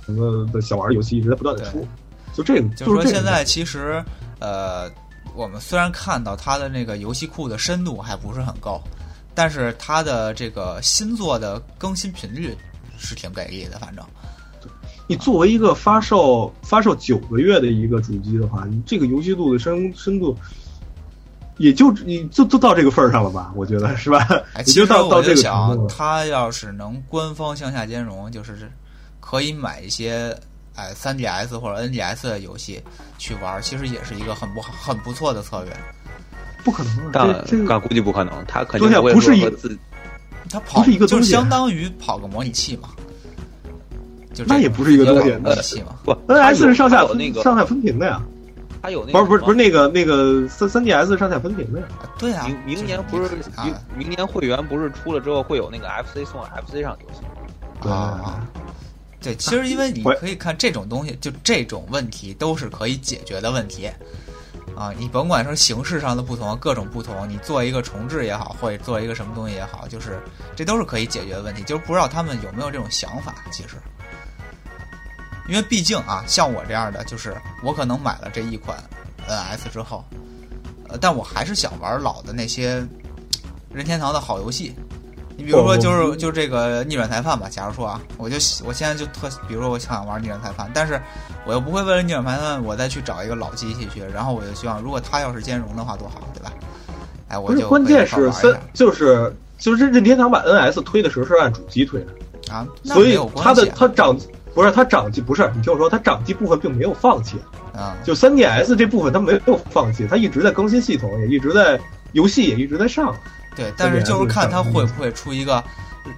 么的小玩游戏一直在不断的出，就这个就是说这个现在其实呃，我们虽然看到它的那个游戏库的深度还不是很高，但是它的这个新作的更新频率是挺给力的，反正。 你作为一个发售发售九个月的一个主机的话，你这个游戏度的深深度，也就你就就到这个份儿上了吧？我觉得是吧？ 哎， 你就到到这个程想度了。 它要是能官方向下兼容，就是可以买一些哎 三 D S 或者 N D S 的游戏去玩，其实也是一一个很不好很不错的策略。 不可能啊！ 但这这但估计不可能，他肯定不会对呀不是一说和自它跑不是一个东西就是相当于跑个模拟器嘛。就这那也不是一个东西模拟器嘛。 不 N S 是上下分那个上下分屏的呀， 他有那不是不是不是是那个那个三三 D S 上下分屏的呀。 对啊， 明明年不是啊明明年会员不是出了之后会有那个 F C 送 F C 上的游戏。 对啊，对，其实因为你我可以看这种东西，就这种问题都是可以解决的问题啊。你甭管说形式上的不同，各种不同，你做一个重置也好，或者做一个什么东西也好，就是这都是可以解决的问题。就是不知道他们有没有这种想法，其实。因为毕竟啊，像我这样的，就是我可能买了这一款 N S 之后，呃，但我还是想玩老的那些任天堂的好游戏。你比如说，就是就这个逆转裁判吧。假如说啊，我就我现在就特，比如说我想玩逆转裁判，但是我又不会为了逆转裁判我再去找一个老机器去，然后我就希望，如果它要是兼容的话多好，对吧？哎，我就关键是三就是就是任天堂把 N S 推的时候是按主机推的啊， 所以它的啊、 它掌不是它掌机不是你听我说，它掌机部分并没有放弃啊， 就 三 D S 这部分它没有放弃，它一直在更新系统，也一直在游戏也一直在上。 对，但是就是看它会不会出一个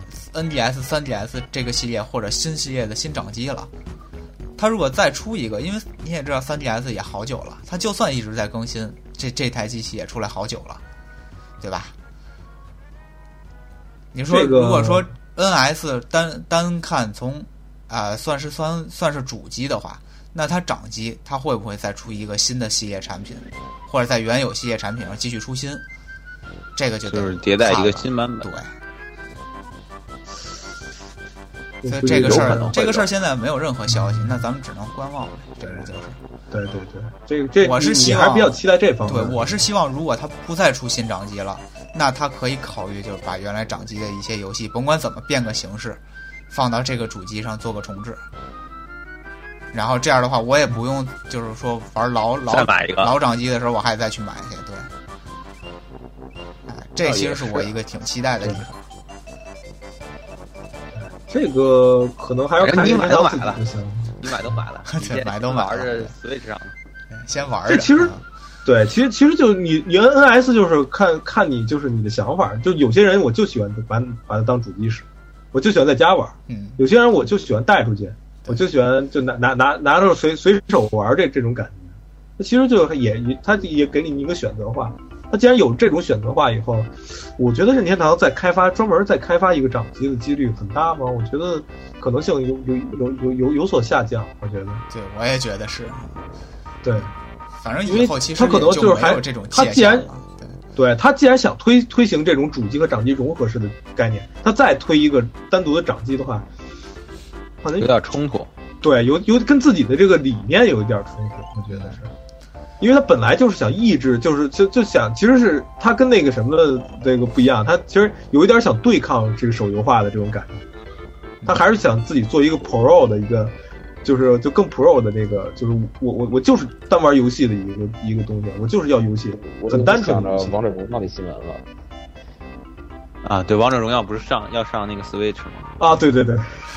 N D S、三 D S 这个系列或者新系列的新掌机了。它如果再出一个，因为你也知道 三 D S 也好久了，它就算一直在更新，这这台机器也出来好久了，对吧？你说， 这个、 如果说 N S 单单看从啊、呃、算是算算是主机的话，那它掌机它会不会再出一个新的系列产品，或者在原有系列产品上继续出新？这个就就是迭代一个新版本。 对，所以这个事儿，这个事儿现在没有任何消息，那咱们只能观望了。这个就是。 对对对，这个这我是希望还是比较期待这方面。 对，我是希望如果它不再出新掌机了，那它可以考虑就是把原来掌机的一些游戏，甭管怎么变个形式，放到这个主机上做个重置。然后这样的话，我也不用就是说玩老老老掌机的时候，我还再去买去。对。这其实是我一个挺期待的地方。 这个可能还是看你买都买了， 你买都买了， 对，买都买玩着 Switch 上， 先玩着。 这其实，对，其实其实就你你 N S 就是看看你就是你的想法，就有些人我就喜欢把把它当主机使，我就喜欢在家玩， 嗯， 有些人我就喜欢带出去，我就喜欢就拿拿拿拿着随随手玩这这种感觉。那其实就也也它也给你一个选择化。它既然有这种选择化以后，我觉得任天堂在开发专门在开发一个掌机的几率很大吗？我觉得可能性有有有有有有所下降。我觉得， 对，我也觉得是。 对， 反正以后其实他可能就是还有这种他既然对对他既然想推推行这种主机和掌机融合式的概念，他再推一个单独的掌机的话，可能有点冲突。 对，有有跟自己的这个理念有一点冲突，我觉得是。因为他本来就是想抑制，就是就就想，其实是他跟那个什么的那个不一样，他其实有一点想对抗这个手游化的这种感觉，他还是想自己做一个 Pro 的一个，就是就更 Pro 的那个，就是我我我就是单玩游戏的一个一个东西，我就是要游戏，很单纯的。 我想着王者荣耀的新闻了。 啊，对，王者荣耀不是上要上那个 Switch 吗？ 啊，对对对。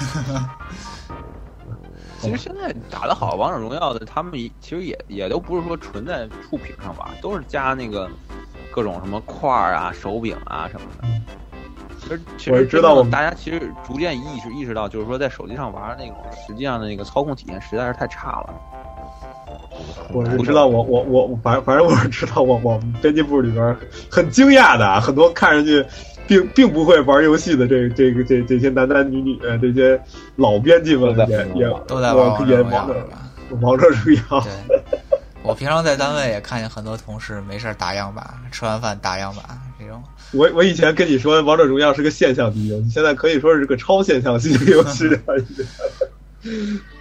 其实现在打得好，王者荣耀的他们其实也也都不是说纯在触屏上玩，都是加那个各种什么块儿啊、手柄啊什么的。其实其实知道， 大家其实逐渐意识意识到，就是说在手机上玩那种实际上的那个操控体验实在是太差了。 我是知道我，我我我反反正我是知道我，我我们编辑部里边很惊讶的，很多看上去。并并不会玩游戏的这这个这这些男男女女这些老编辑们也也都在玩王者荣耀， 王者荣耀。 对，我平常在单位也看见很多同事没事打样板，吃完饭打样板这种。 我我以前跟你说王者荣耀是个现象级游戏，现在可以说是个超现象级游戏了。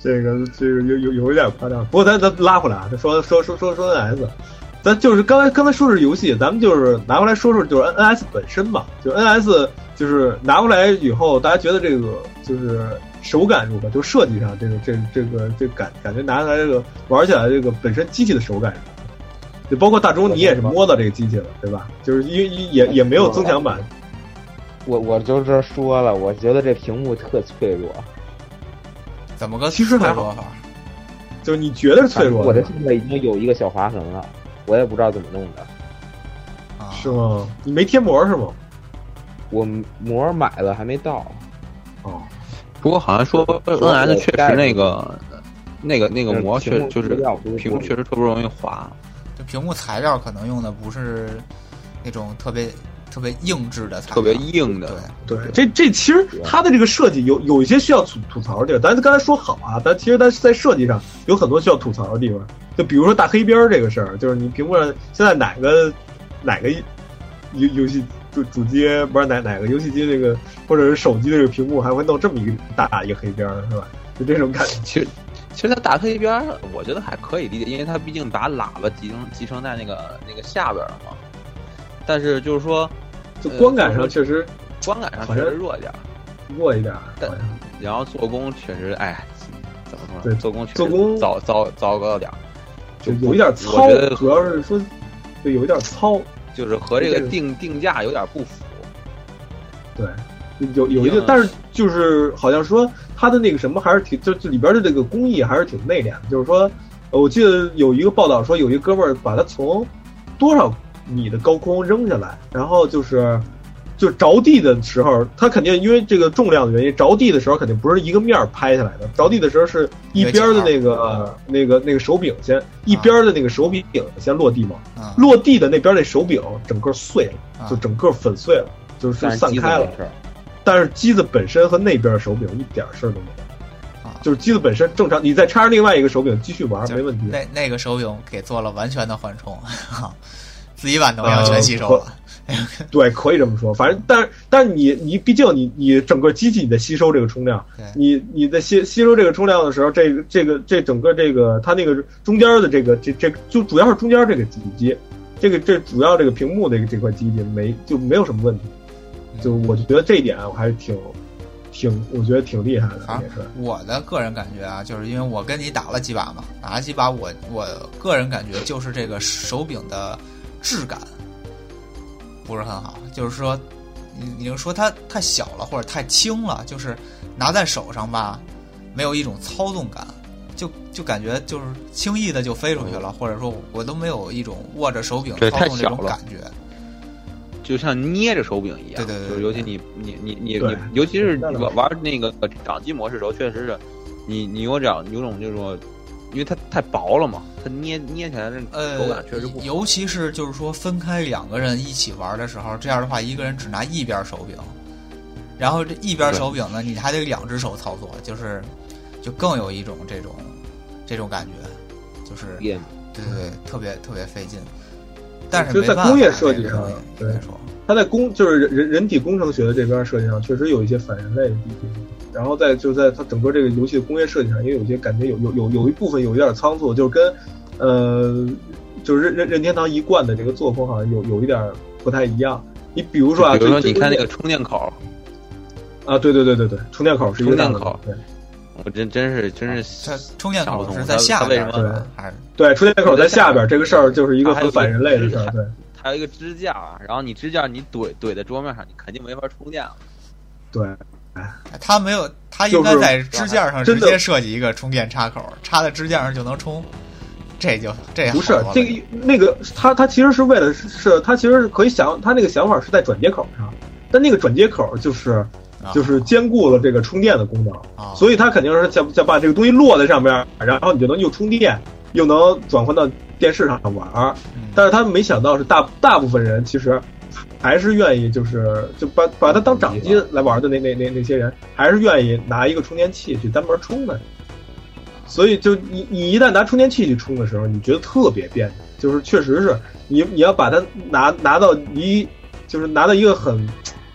这个这个有有有一点夸张。不过咱咱拉回来啊，说说说说说 N S， 咱就是刚才刚才说是游戏，咱们就是拿回来说说就是 N S 本身吧。就 N S 就是拿回来以后，大家觉得这个就是手感如何？就设计上这个这个、这个这个、感感觉拿出来这个玩起来这个本身机器的手感。就包括大钟，你也是摸到这个机器了，对吧？就是因为也也没有增强版。 我我就这说了，我觉得这屏幕特脆弱。 怎么个其实还好法？ 就是你觉得是脆弱的？ 我这现在已经有一个小划痕了，我也不知道怎么弄的。 啊、 是吗？你没贴膜是吗？ 我膜买了，还没到。 哦。 不过好像说 N S 确实那个那个那个膜确就是屏幕确实特别容易滑。 就屏幕材料可能用的不是那种特别特别硬质的材料， 特别硬的。 对对，这这其实它的这个设计有有一些需要吐吐槽的地方。咱刚才说好啊，但其实它在设计上有很多需要吐槽的地方。就比如说大黑边这个事儿，就是你屏幕上现在哪个哪个游游戏主主机不是哪哪个游戏机这个或者是手机的这个屏幕还会弄这么一个大一个黑边是吧？就这种感觉。 其实。其实它大黑边，我觉得还可以理解，因为它毕竟把喇叭集成集成在那个那个下边了嘛。但是就是说， 就观感上确实， 呃、观感上确实弱一点， 弱一点。 但然后做工确实，哎，怎么说？ 对， 做工确实做工糟糟糟糕点， 就有一点糙。主要是说，就有一点糙， 就是和这个定定价有点不符。 对。有有一个，但是就是好像说它的那个什么还是挺，就就里边的这个工艺还是挺内敛的。就是说，我记得有一个报道说，有一个哥们儿把它从多少米的高空扔下来，然后就是就着地的时候，它肯定因为这个重量的原因，着地的时候肯定不是一个面拍下来的，着地的时候是一边的那个、呃、那个那个手柄先一边的那个手柄先落地嘛， 啊、 落地的那边那手柄整个碎了，就整个粉碎了，就是散开了。但是机子本身和那边手柄一点事儿都没有，啊，就是机子本身正常，你再插上另外一个手柄继续玩没问题。 那那个手柄给做了完全的缓冲，自己把能量全吸收了。 呃、对，可以这么说。反正，但是但是你你毕竟你你整个机器你在吸收这个冲量，你你在吸吸收这个冲量的时候，这个这个这整个这个它那个中间的这个这这就主要是中间这个机机，这个这主要这个屏幕的这块机器没就没有什么问题。就我就觉得这一点我还是挺挺我觉得挺厉害的、啊、也是我的个人感觉啊，就是因为我跟你打了几把嘛，打了几把我我个人感觉就是这个手柄的质感不是很好，就是说你你就说它太小了或者太轻了，就是拿在手上吧没有一种操纵感，就就感觉就是轻易的就飞出去了、嗯、或者说我都没有一种握着手柄操纵这种感觉， 就像捏着手柄一样， 对对 对, 对， 就是尤其你你你你你，尤其是玩玩那个掌机模式的时候，确实是你你有点有种就是说，因为它太薄了嘛，它捏捏起来的手感确实不好、呃。 尤其是就是说分开两个人一起玩的时候，这样的话一个人只拿一边手柄，然后这一边手柄呢，你还得两只手操作，就是就更有一种这种这种感觉，就是对对对，特别特别费劲。但是在工业设计上，对，它在工就是人人体工程学的这边设计上，确实有一些反人类的地方。然后在就在它整个这个游戏的工业设计上，也有一些感觉有有有有一部分有一点仓促，就是跟呃就是任任任天堂一贯的这个作风好像有有一点不太一样。你比如说啊， 比如说你看那个充电口啊，对对对对对，充电口是一个充电口， 对。 我真真是真是， 它充电口是在下边， 对，对，充电口在下边，这个事儿就是一个很反人类的事儿，对。 还有一个支架，然后你支架你怼怼在桌面上，你肯定没法充电了。 对， 它没有，它应该在支架上直接设计一个充电插口，插在支架上就能充。这就这不是这个那个，它它其实是为了是它其实是可以想，它那个想法是在转接口上，但那个转接口就是。就是兼顾了这个充电的功能， 啊、 所以它肯定是想想把这个东西落在上边，然后你就能又充电，又能转换到电视上玩。 嗯、 但是他没想到是大大部分人其实还是愿意就是就把把它当掌机来玩的那那那那些人，还是愿意拿一个充电器去单门充的。所以就你你一旦拿充电器去充的时候，你觉得特别别扭，就是确实是你你要把它拿拿到一就是拿到一个很。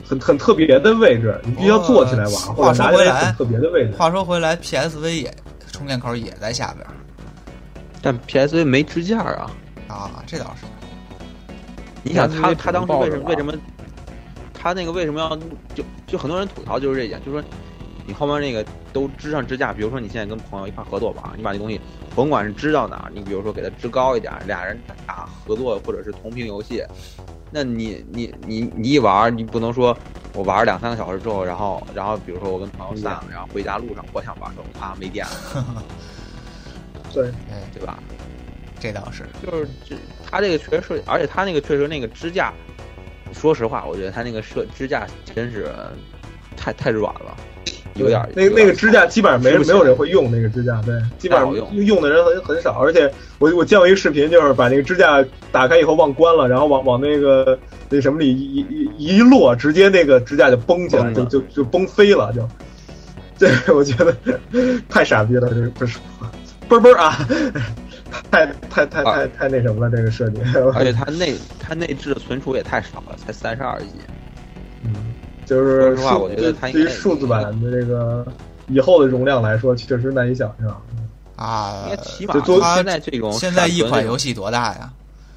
很很特别的位置，你必须要坐起来玩， 哦、 或者拿起来很特别的位置。 话说回来 ，P S V 也充电口也在下边， 但 P S V 没支架啊。 啊，这倒是。 你想他他当时为什么为什么他那个为什么要就就很多人吐槽就是这一点，就是说你后面那个都支上支架，比如说你现在跟朋友一块合作玩，你把这东西甭管是支到哪儿，你比如说给它支高一点，俩人打合作或者是同屏游戏，那你你你你一玩，你不能说我玩两三个小时之后，然后然后比如说我跟朋友散了，然后回家路上我想玩的时候啊没电了， 对对吧？ 这倒是， 就是这他这个确实，而且他那个确实那个支架，说实话，我觉得他那个设支架真是太太软了，有点那那个支架基本上没没有人会用那个支架，对，基本上用的人很很少。而且我我见过一个视频，就是把那个支架打开以后忘关了，然后往往那个那什么里一一一落，直接那个支架就崩起来，就就就崩飞了，就这我觉得太傻逼了，这不是嘣嘣啊！太太太太太那什么了，这个设计， 而且它内它内置的存储也太少了，才三十二 G。 嗯，就是说实话，我觉得它对于数字版的这个以后的容量来说，确实难以想象啊。 应该起码它现在这种现在一款游戏多大呀？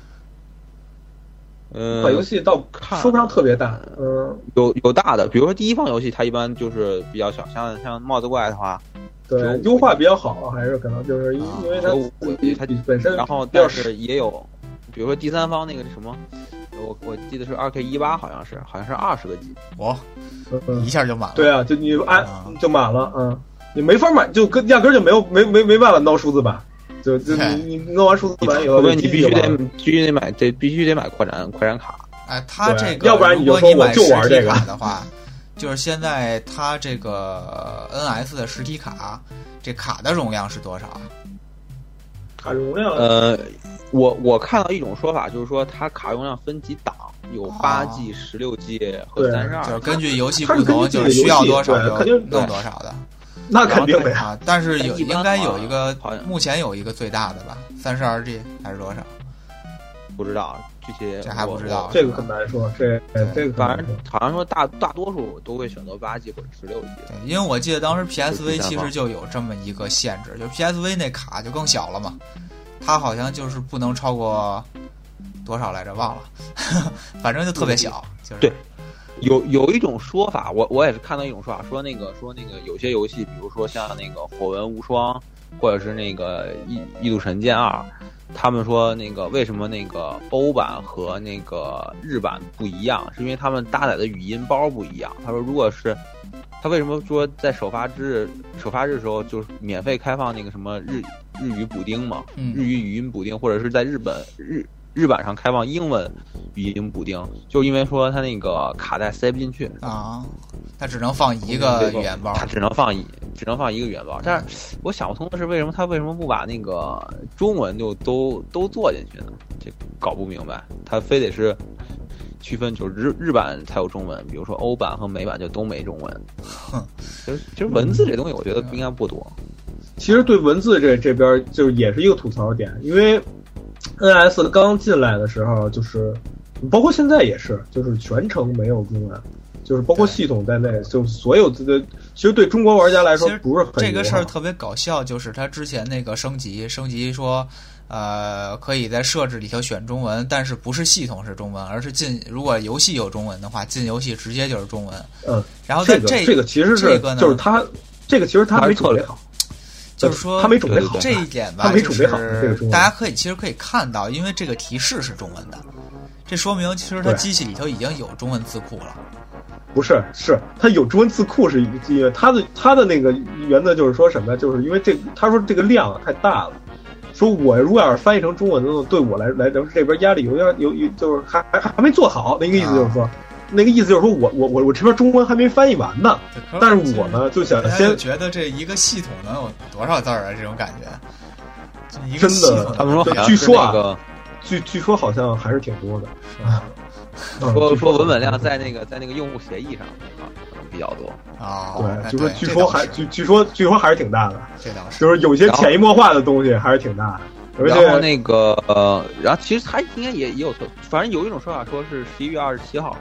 嗯，一款游戏倒说不上特别大，嗯， 有有大的，比如说第一方游戏，它一般就是比较小，像像帽子怪的话。 对，优化比较好，还是可能就是因因为它它本身， 然后但是也有，比如说第三方那个什么，我我记得是二 K 一八，好像是好像是二十个 G， 哇，一下就满了。 对啊，就你按就满了，嗯，你没法买，就跟压根就没有没没没办法弄数字版，就就你你弄完数字版以后， 你必须得必须得买，得必须得买扩展扩展卡。 哎，它这个要不然你就说我就玩这个的话。就是现在它这个 N S 的实体卡，这卡的容量是多少啊？ 卡容量？ 呃，我我看到一种说法，就是说它卡容量分几档，有八 G、十六 G 和三十二， 就是根据游戏不同，就是需要多少就弄多少的。 那肯定的呀，但是有应该有一个，目前有一个最大的吧，三十二 G 还是多少？ 不知道。具体这还不知道， 这个很难说。这这个反正好像说大大多数都会选择八 G 或者十六 G。 对，因为我记得当时 P S V 其实就有这么一个限制，就 P S V 那卡就更小了嘛，它好像就是不能超过多少来着，忘了，反正就特别小。就是对，有有一种说法，我我也是看到一种说法，说那个说那个有些游戏，比如说像那个火纹无双，或者是那个异异度神剑二。他们说那个为什么那个欧版和那个日版不一样，是因为他们搭载的语音包不一样。他说如果是他为什么说在首发之日首发日的时候就是免费开放那个什么日日语补丁嘛， 嗯、 日语语音补丁，或者是在日本日日版上开放英文语音补丁，就因为说它那个卡带塞不进去啊，它只能放一个语言包， 它只能放一只能放一个语言包。但是我想不通的是，为什么它为什么不把那个中文就都都做进去呢？这搞不明白，它非得是区分，就是日日版才有中文，比如说欧版和美版就都没中文。其实其实文字这东西，我觉得应该不多。 其实对文字这这边就是也是一个吐槽点，因为 N S 刚进来的时候，就是包括现在也是，就是全程没有中文，就是包括系统在内，就所有的其实对中国玩家来说不是很这个事儿特别搞笑，就是他之前那个升级升级说，呃，可以在设置里头选中文，但是不是系统是中文，而是进如果游戏有中文的话，进游戏直接就是中文。 嗯， 然后在这、 这个、这个其实是、 这个、 就是他这个其实他没准备好。 就是说， 他没准备好这一点吧， 他没准备好这个大家可以其实可以看到，因为这个提示是中文的，这说明其实它机器里头已经有中文字库了。 不是，是它有中文字库是一个，它的它的那个原则就是说什么？就是因为这他说这个量太大了，说我如果要是翻译成中文的，对我来来这边压力有点有有，就是还还还没做好，那个意思就是说。啊那个意思就是说我我我我这边中文还没翻译完呢，但是我呢就想先觉得这一个系统能有多少字儿啊？这种感觉， 真的， 他们说据说啊， 那个、 据据说好像还是挺多的， 说说文本量在那个在那个用户协议上啊可能比较多啊、 哦，对，就说据说还据据说据说还是挺大的， 这倒是， 就是有些潜移默化的东西还是挺大的。 然后那个呃，然后其实他应该也也有，反正有一种说法说是十一月二十七号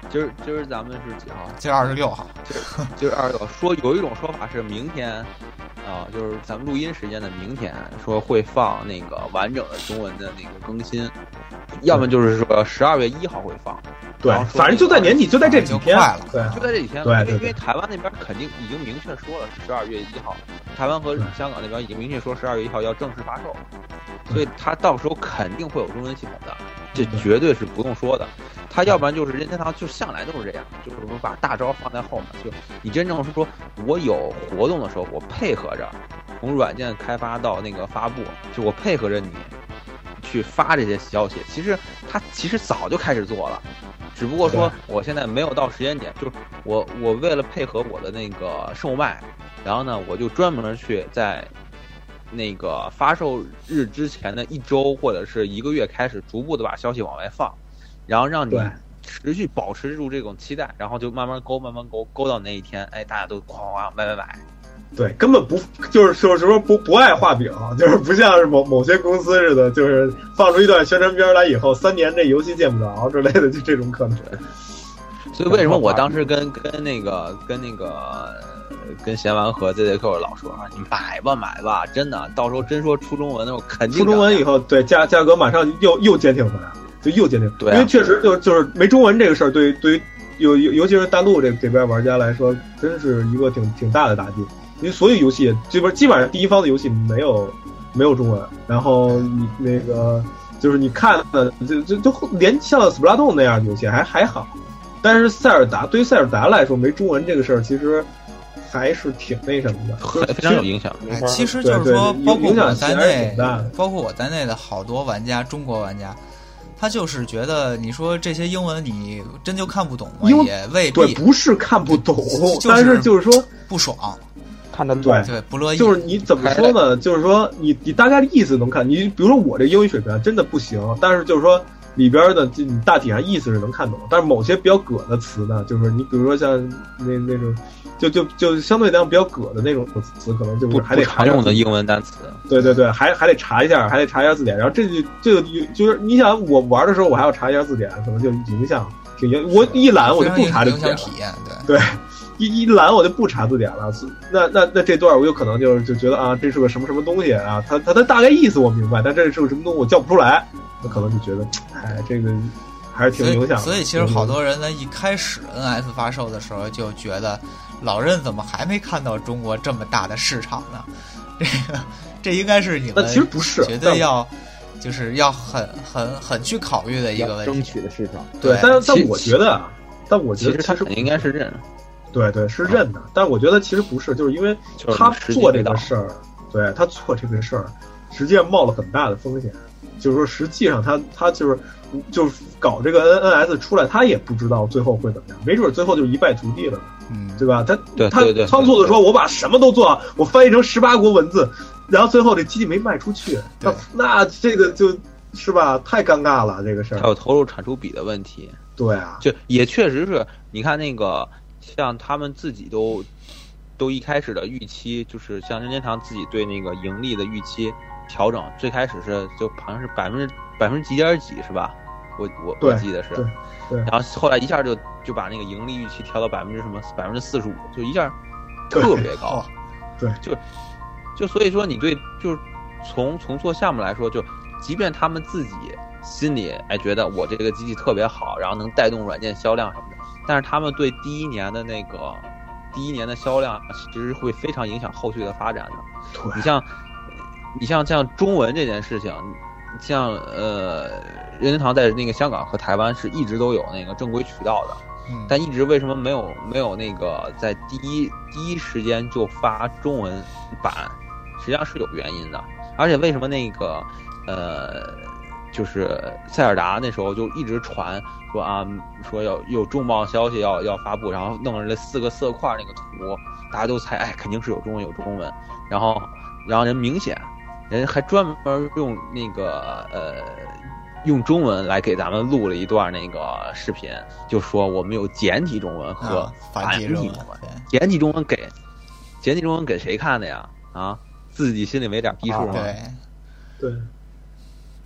今儿今儿咱们是几号？ 今儿二十六号。 今儿今儿二十六。说有一种说法是明天，啊、呃，就是咱们录音时间的明天，说会放那个完整的中文的那个更新，要么就是说十二月一号会放。 对，反正就在年底，就在这几天， 对， 就在这几天。 对， 因为因为台湾那边肯定已经明确说了是十二月一号，台湾和香港那边已经明确说十二月一号要正式发售，所以他到时候肯定会有中文系统的，这绝对是不用说的。他要不然就是任天堂就向来都是这样，就是我把大招放在后面，就你真正是说我有活动的时候，我配合着从软件开发到那个发布，就我配合着你去发这些消息。其实他其实早就开始做了。只不过说我现在没有到时间点，就是我我为了配合我的那个售卖，然后呢，我就专门去在那个发售日之前的一周或者是一个月开始逐步的把消息往外放，然后让你持续保持住这种期待，然后就慢慢勾慢慢勾勾到那一天，哎，大家都哐哐买买买。 对，根本不就是就是说不不爱画饼，就是不像是某某些公司似的，就是放出一段宣传片来以后，三年这游戏见不着之类的，就这种可能。 所以为什么我当时跟跟那个跟那个跟贤完和 Z Z Q 老说啊，你买吧买吧，真的，到时候真说出中文的时候肯定出中文以后，对价价格马上又又坚挺回来，就又坚挺。 对、啊， 因为确实就就是没中文这个事儿，对于对于有尤尤其是大陆这这边玩家来说，真是一个挺挺大的打击。因为所有游戏基本基本上第一方的游戏没有没有中文，然后你那个就是你看的就就就连像斯普拉顿那样的游戏还还好，但是塞尔达对于塞尔达来说没中文这个事儿其实还是挺那什么的， 非常有影响。 哎，其实就是说，包括我在内，包括我在内的好多玩家，中国玩家。他就是觉得你说这些英文你真就看不懂吗？也未必。 对，不是看不懂， 就是、 但是就是说不爽， 看得对对不乐意。 就是你怎么说呢？就是说你你大概的意思能看，你比如说我这英语水平真的不行，但是就是说里边的就你大体上意思是能看懂，但是某些比较葛的词呢，就是你比如说像那那种。就就就相对来讲比较葛的那种词，可能就是还得常用的英文单词。 对对对，还还得查一下，还得查一下字典。然后这就这个就是你想我玩的时候，我还要查一下字典，可能就影响挺影。我一懒我就不查这字典了。 体验对对，一一懒我就不查字典了。那那那这段我有可能就就觉得啊，这是个什么什么东西啊？它它的大概意思我明白，但这是个什么东西我叫不出来，我可能就觉得哎这个。还是挺影响的。 所以，所以其实好多人呢，一开始 N S 发售的时候就觉得，老任怎么还没看到中国这么大的市场呢？这个，这应该是你们那其实不是绝对要，就是要很很很去考虑的一个问题。 争取的市场。 对，但但我觉得啊，但我觉得其实他应该是认。 对对，是认的。但是我觉得其实不是，就是因为他做这个事儿，对他做这个事儿，实际上冒了很大的风险。就是说，实际上他他就是就是搞这个 N N S 出来，他也不知道最后会怎么样，没准最后就一败涂地了， 嗯， 对吧？他对他仓促的说，我把什么都做好，我翻译成十八国文字，然后最后这机器没卖出去，那那这个就是吧，太尴尬了，这个事儿。 还有投入产出比的问题。 对啊， 就也确实是，你看那个像他们自己都都一开始的预期，就是像任天堂自己对那个盈利的预期。调整最开始是就好像是百分之百分之几点几是吧？我我我记得是， 对对。 然后后来一下就就把那个盈利预期调到百分之什么百分之四十五，就一下特别高。 对， 就就所以说你对就是从从做项目来说，就即便他们自己心里哎觉得我这个机器特别好，然后能带动软件销量什么的，但是他们对第一年的那个第一年的销量其实会非常影响后续的发展的。 对， 你像。你像像中文这件事情，像呃任天堂在那个香港和台湾是一直都有那个正规渠道的， 嗯， 但一直为什么没有没有那个在第一第一时间就发中文版，实际上是有原因的。而且为什么那个呃就是塞尔达那时候就一直传说啊说要有重磅消息要要发布，然后弄了那四个色块那个图，大家都猜哎肯定是有中文有中文，然后然后人明显。人还专门用那个呃，用中文来给咱们录了一段那个视频，就说我们有简体中文和繁体中文。简体中文给简体中文给谁看的呀？啊，自己心里没点逼数吗？ 对对。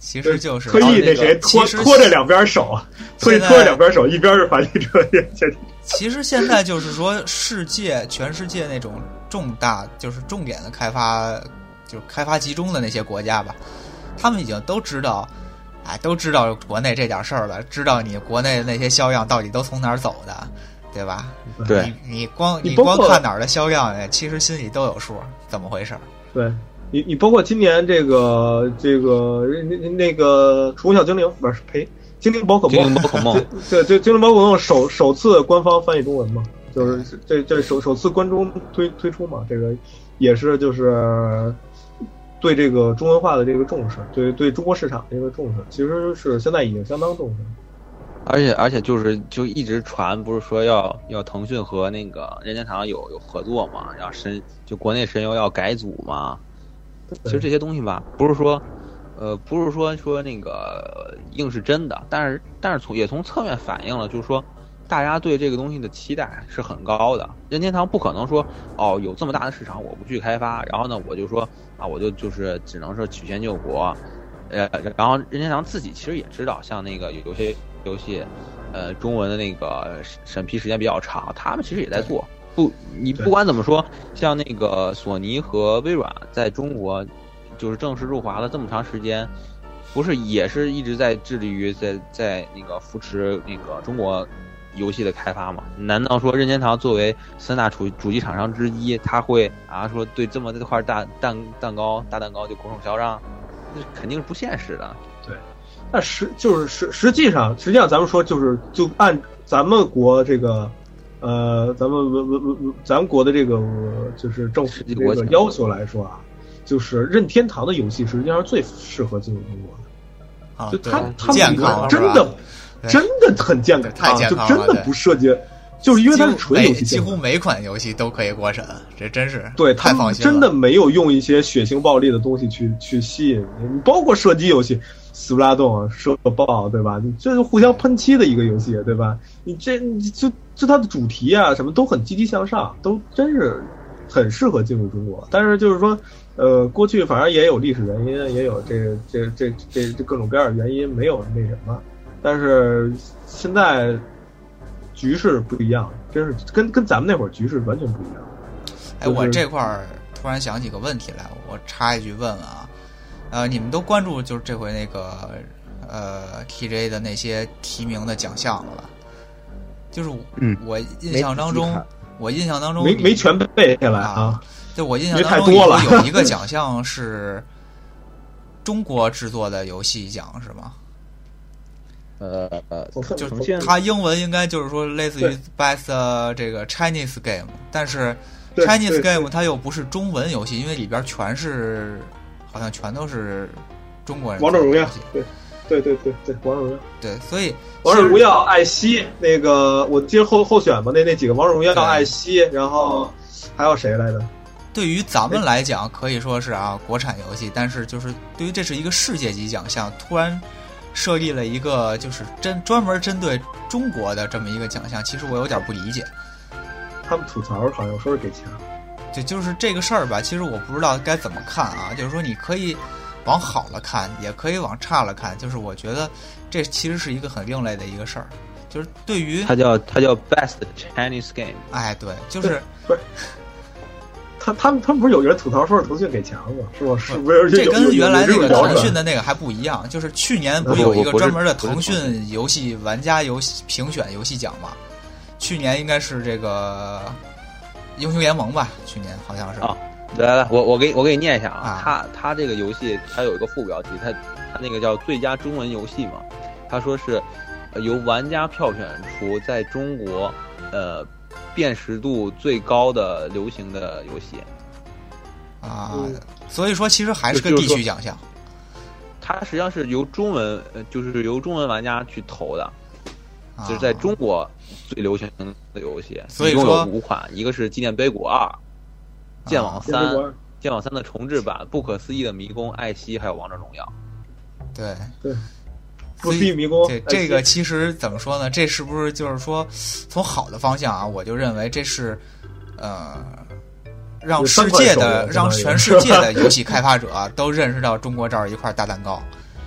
其实就是特意那谁拖拖着两边手，特意拖着两边手，一边是反击者，一边是。 其实现在就是说，世界全世界那种重大就是重点的开发，就是开发集中的那些国家吧，他们已经都知道，哎，都知道国内这点事儿了，知道你国内的那些销量到底都从哪儿走的，对吧？ 对， 你你光你光看哪儿的销量，其实心里都有数，怎么回事？ 对。你你包括今年这个这个那那个宠物小精灵不是呸，精灵宝可梦， 精灵宝可梦， 对对，精灵宝可梦首首次官方翻译中文嘛，就是这这首首次关中推推出嘛，这个也是就是对这个中文化的这个重视，对对中国市场的这个重视，其实是现在已经相当重视。 而且而且就是就一直传，不是说要要腾讯和那个任天堂有有合作嘛，然后神就国内神游要改组嘛。其实这些东西吧，不是说，呃，不是说说那个硬是真的，但是但是从也从侧面反映了，就是说大家对这个东西的期待是很高的。任天堂不可能说哦有这么大的市场我不去开发，然后呢我就说啊我就就是只能说曲线救国，呃，然后任天堂自己其实也知道，像那个有些游戏，呃，中文的那个审批时间比较长，他们其实也在做。不，你不管怎么说，像那个索尼和微软在中国就是正式入华了这么长时间，不是也是一直在致力于在在那个扶持那个中国游戏的开发吗？难道说任天堂作为三大主主机厂商之一，他会啊说对这么这块大蛋蛋糕大蛋糕就拱手相让？这肯定是不现实的。 对，那实就是实实际上实际上咱们说就是就按咱们国这个。呃，咱们文文文，咱们国的这个就是政府这个要求来说啊，就是任天堂的游戏实际上是最适合进入中国的。 啊， 就他他们真的真的很健康， 太健康了， 就真的不涉及，就是因为它是纯游戏， 几乎每款游戏都可以过审，这真是对太放心了。 真的没有用一些血腥暴力的东西去去吸引你，包括射击游戏。斯普拉洞、射爆，对吧？你这是互相喷漆的一个游戏，对吧？你这你就就它的主题啊，什么都很积极向上，都真是很适合进入中国。但是就是说，呃，过去反正也有历史原因，也有这这这这这各种各样的原因，没有那什么。但是现在局势不一样，真是跟跟咱们那会儿局势完全不一样。 哎，我这块儿突然想起个问题来，我插一句问问啊。呃，你们都关注就是这回那个呃 T G A 的那些提名的奖项了吧？就是我印象当中，嗯、我印象当中没没全背下来啊。 就我印象当中有一个奖项是中国制作的游戏奖是吗？ 呃呃， 就它英文应该就是说类似于 Best 这个 Chinese Game， 但是 Chinese Game 它又不是中文游戏，因为里边全是。好像全都是中国人。 王者荣耀，对，对对对对，王者荣耀， 对，所以王者荣耀、艾希那个，我记得候候选吧，那那几个王者荣耀、艾希，然后还有谁来着？ 对于咱们来讲，可以说是啊国产游戏，但是就是对于这是一个世界级奖项，突然设立了一个就是针专门针对中国的这么一个奖项，其实我有点不理解。 他们吐槽好像说是给钱。 就就是这个事儿吧，其实我不知道该怎么看啊。就是说，你可以往好了看，也可以往差了看。就是我觉得这其实是一个很另类的一个事儿。就是对于它叫它叫 Best Chinese Game。 哎，对，就是不是他他们他们不是有人吐槽说是腾讯给钱吗？是吧？是不是？ 这跟原来那个腾讯的那个还不一样。就是去年不是有一个专门的腾讯游戏玩家游戏评选游戏奖吗？去年应该是这个。英雄联盟吧，去年好像是啊。来来，我我给我给你念一下啊。啊他他这个游戏它有一个副标题，它它那个叫最佳中文游戏嘛。他说是、呃、由玩家票选出在中国呃辨识度最高的流行的游戏啊。所以说其实还是个地区奖项。 它实际上是由中文呃就是由中文玩家去投的。就是在中国最流行的游戏， 所以一共有五款，一个是《纪念碑谷二》、《剑网三》、《剑网三》的重置版、《不可思议的迷宫》、《艾希》还有《王者荣耀》。 对对，不思议迷宫。 对这个其实怎么说呢？这是不是就是说，从好的方向啊，我就认为这是呃，让世界的、让全世界的游戏开发者都认识到中国这儿一块大蛋糕。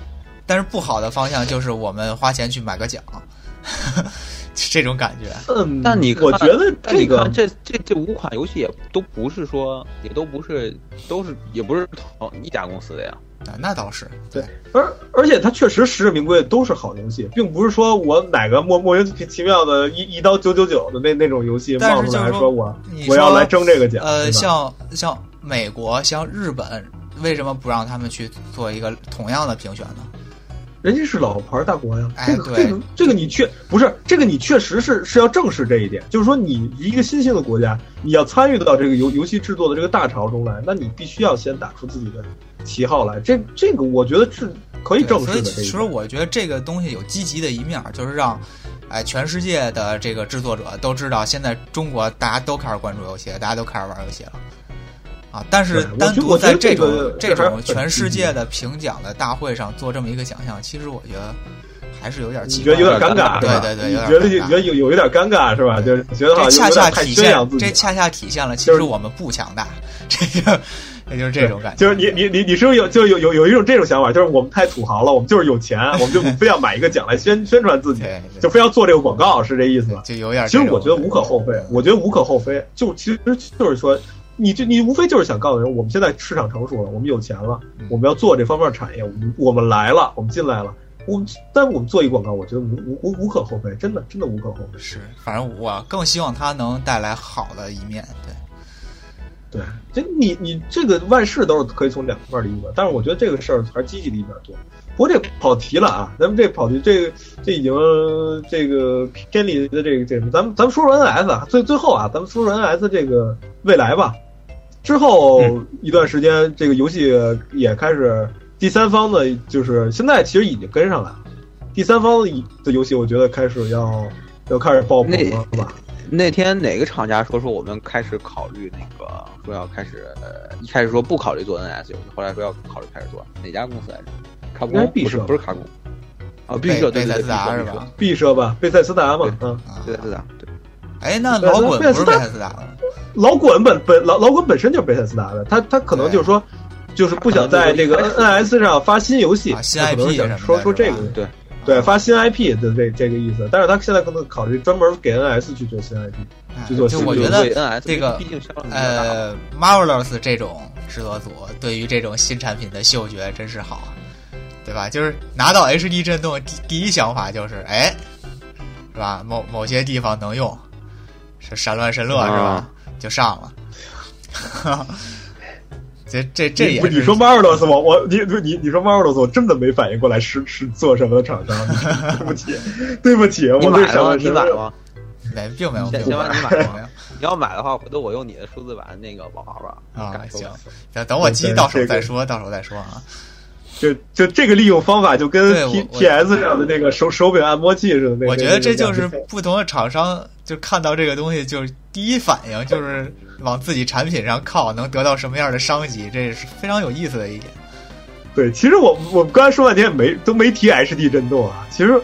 但是不好的方向就是我们花钱去买个奖，这种感觉。 嗯， 但你我觉得这个这这这五款游戏也都不是说，也都不是，都是也不是同一家公司的呀。 啊，那倒是对，而而且它确实实至名归都是好游戏，并不是说我哪个莫莫名其妙的一一刀九九九的那那种游戏冒出来说我我要来争这个奖。 呃，像像美国、像日本，为什么不让他们去做一个同样的评选呢？ 人家是老牌大国呀， 哎、 这个这个这个你确不是这个你确实是是要正视这一点，就是说你一个新兴的国家，你要参与到这个游游戏制作的这个大潮中来，那你必须要先打出自己的旗号来。这这个我觉得是可以正视的。 所以其实我觉得这个东西有积极的一面，就是让哎全世界的这个制作者都知道，现在中国大家都开始关注游戏，大家都开始玩游戏了。啊！但是单独在这种这种全世界的评奖的大会上做这么一个奖项，其实我觉得还是有点奇怪， 觉得有点尴尬， 对对对，有点觉得觉得有有一点尴尬是吧？就是觉得好像恰恰体现这这恰恰体现了其实我们不强大，这个也就是这种感觉。 就是你你你你是不是有就有有有一种这种想法，就是我们太土豪了，我们就是有钱，我们就非要买一个奖来宣宣传自己，就非要做这个广告，是这意思吗？ 就有点。 其实我觉得无可厚非，我觉得无可厚非，就其实就是说。你就你无非就是想告诉人，我们现在市场成熟了，我们有钱了，我们要做这方面的产业，我们我们来了，我们进来了，我们但我们做一广告，我觉得无无无无可厚非，真的真的无可厚非。 是，反正我更希望它能带来好的一面。 对，对，这你你这个万事都是可以从两面理解，但是我觉得这个事儿还是积极的一面多。不过这跑题了啊，咱们这跑题，这个这已经这个偏离的这个这什么，咱们咱们说说 N S 啊，最最后啊，咱们说说 N S 这个未来吧。之后一段时间，这个游戏也开始第三方的，就是现在其实已经跟上来了。第三方的游戏，我觉得开始要要开始爆棚了，是吧？ 那天哪个厂家说说我们开始考虑那个说要开始，呃，一开始说不考虑做 N S 游戏，后来说要考虑开始做，哪家公司来着？卡普空不是不是卡普空啊，毕设对贝塞斯达是吧？ 毕设吧，贝塞斯达嘛，嗯， 贝塞斯达对。 哎，那老滚不是贝塞斯达的？ 老滚本本老老滚本身就是贝塞斯达的，他他可能就是说，就是不想在这个 N S 上发新游戏， 新 I P 什么说说这个， 对对，发新 I P 的这这个意思。但是他现在可能考虑专门给 N S 去做新 I P， 去做新。 就我觉得 N S 这个呃 Marvelous 这种制作组对于这种新产品的嗅觉真是好，对吧？就是拿到 H D 震动，第第一想法就是哎，是吧？某某些地方能用。是闪乱神乐、啊、是吧？就上了，这这这也是你说 Marvelous 我我你你你说 Marvelous 我真的没反应过来是是做什么的厂商，对不起对不起，我对闪乱神乐你买了吗？ 没，并没有。 先先把你买了，你要买的话，回头我用你的数字版那个玩玩啊。行，等我机到手再说，到时候再说啊。 就就这个利用方法就跟 P P S 上的那个手手柄按摩器似的那个。 我觉得这就是不同的厂商就看到这个东西，就是第一反应就是往自己产品上靠，能得到什么样的商机，这是非常有意思的一点。 对，其实我我刚才说半天没都没提 H D 震动啊，其实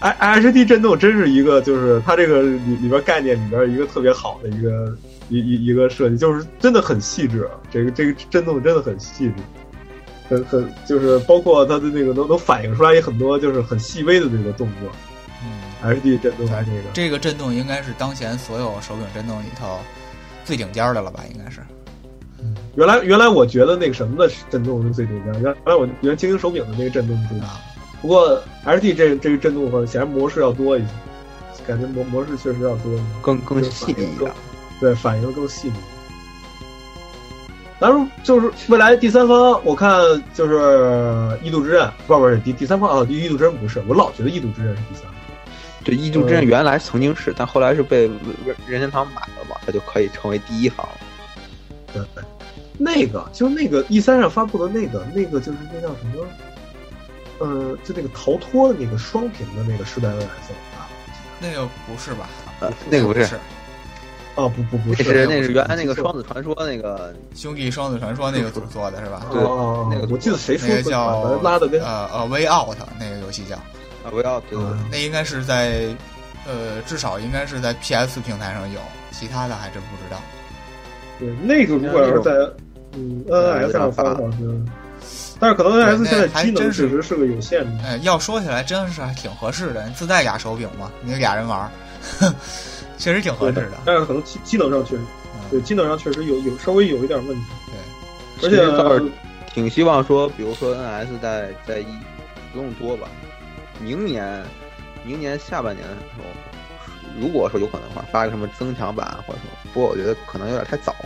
H D 震动真是一个就是它这个里里边概念里边一个特别好的一个一一一个设计，就是真的很细致，这个这个震动真的很细致。很很就是包括它的那个能能反映出来很多就是很细微的这个动作， 嗯 ，H D 震动这个这个震动应该是当前所有手柄震动里头最顶尖的了吧？应该是。 原来原来我觉得那个什么的震动是最顶尖，原来我原来精灵手柄的那个震动是最顶尖，不过 H D 这这个震动方显然模式要多一些，感觉模模式确实要多一些， 更更细腻一点， 对，反应更细腻。当然，就是未来第三方，我看就是异度之刃，不不是第第三方啊，异度之刃不是，我老觉得异度之刃是第三方。 对，异度之刃原来曾经是，但后来是被任天堂买了嘛，它就可以成为第一方了。 对，那个就是那个 E 三上发布的那个，那个就是那叫什么？呃，就那个逃脱的那个双屏的那个世代 N S 啊， 那个不是吧？ 呃，那个不是。 哦不不不是， 那是那是原来那个双子传说那个兄弟双子传说那个组做的是吧？ 对，哦、那个我记得谁说那个叫拉的跟呃呃 Way Out 那个游戏叫啊 Way Out，对对对， 那应该是在呃至少应该是在 P S 平台上有，其他的还真不知道。 对，那个如果要是在嗯 N S 上发的话是， 但是可能 N S 现在机能确实是个有限的。 呃，要说起来真是还挺合适的，自带俩手柄嘛，你俩人玩，确实挺合适的。 但是可能机机能上确实，对机能上确实有有稍微有一点问题。 对， 而且倒是挺希望说，比如说 N S 在在一不用多吧，明年明年下半年的时候，如果说有可能的话，发一个什么增强版或者什么，不过我觉得可能有点太早。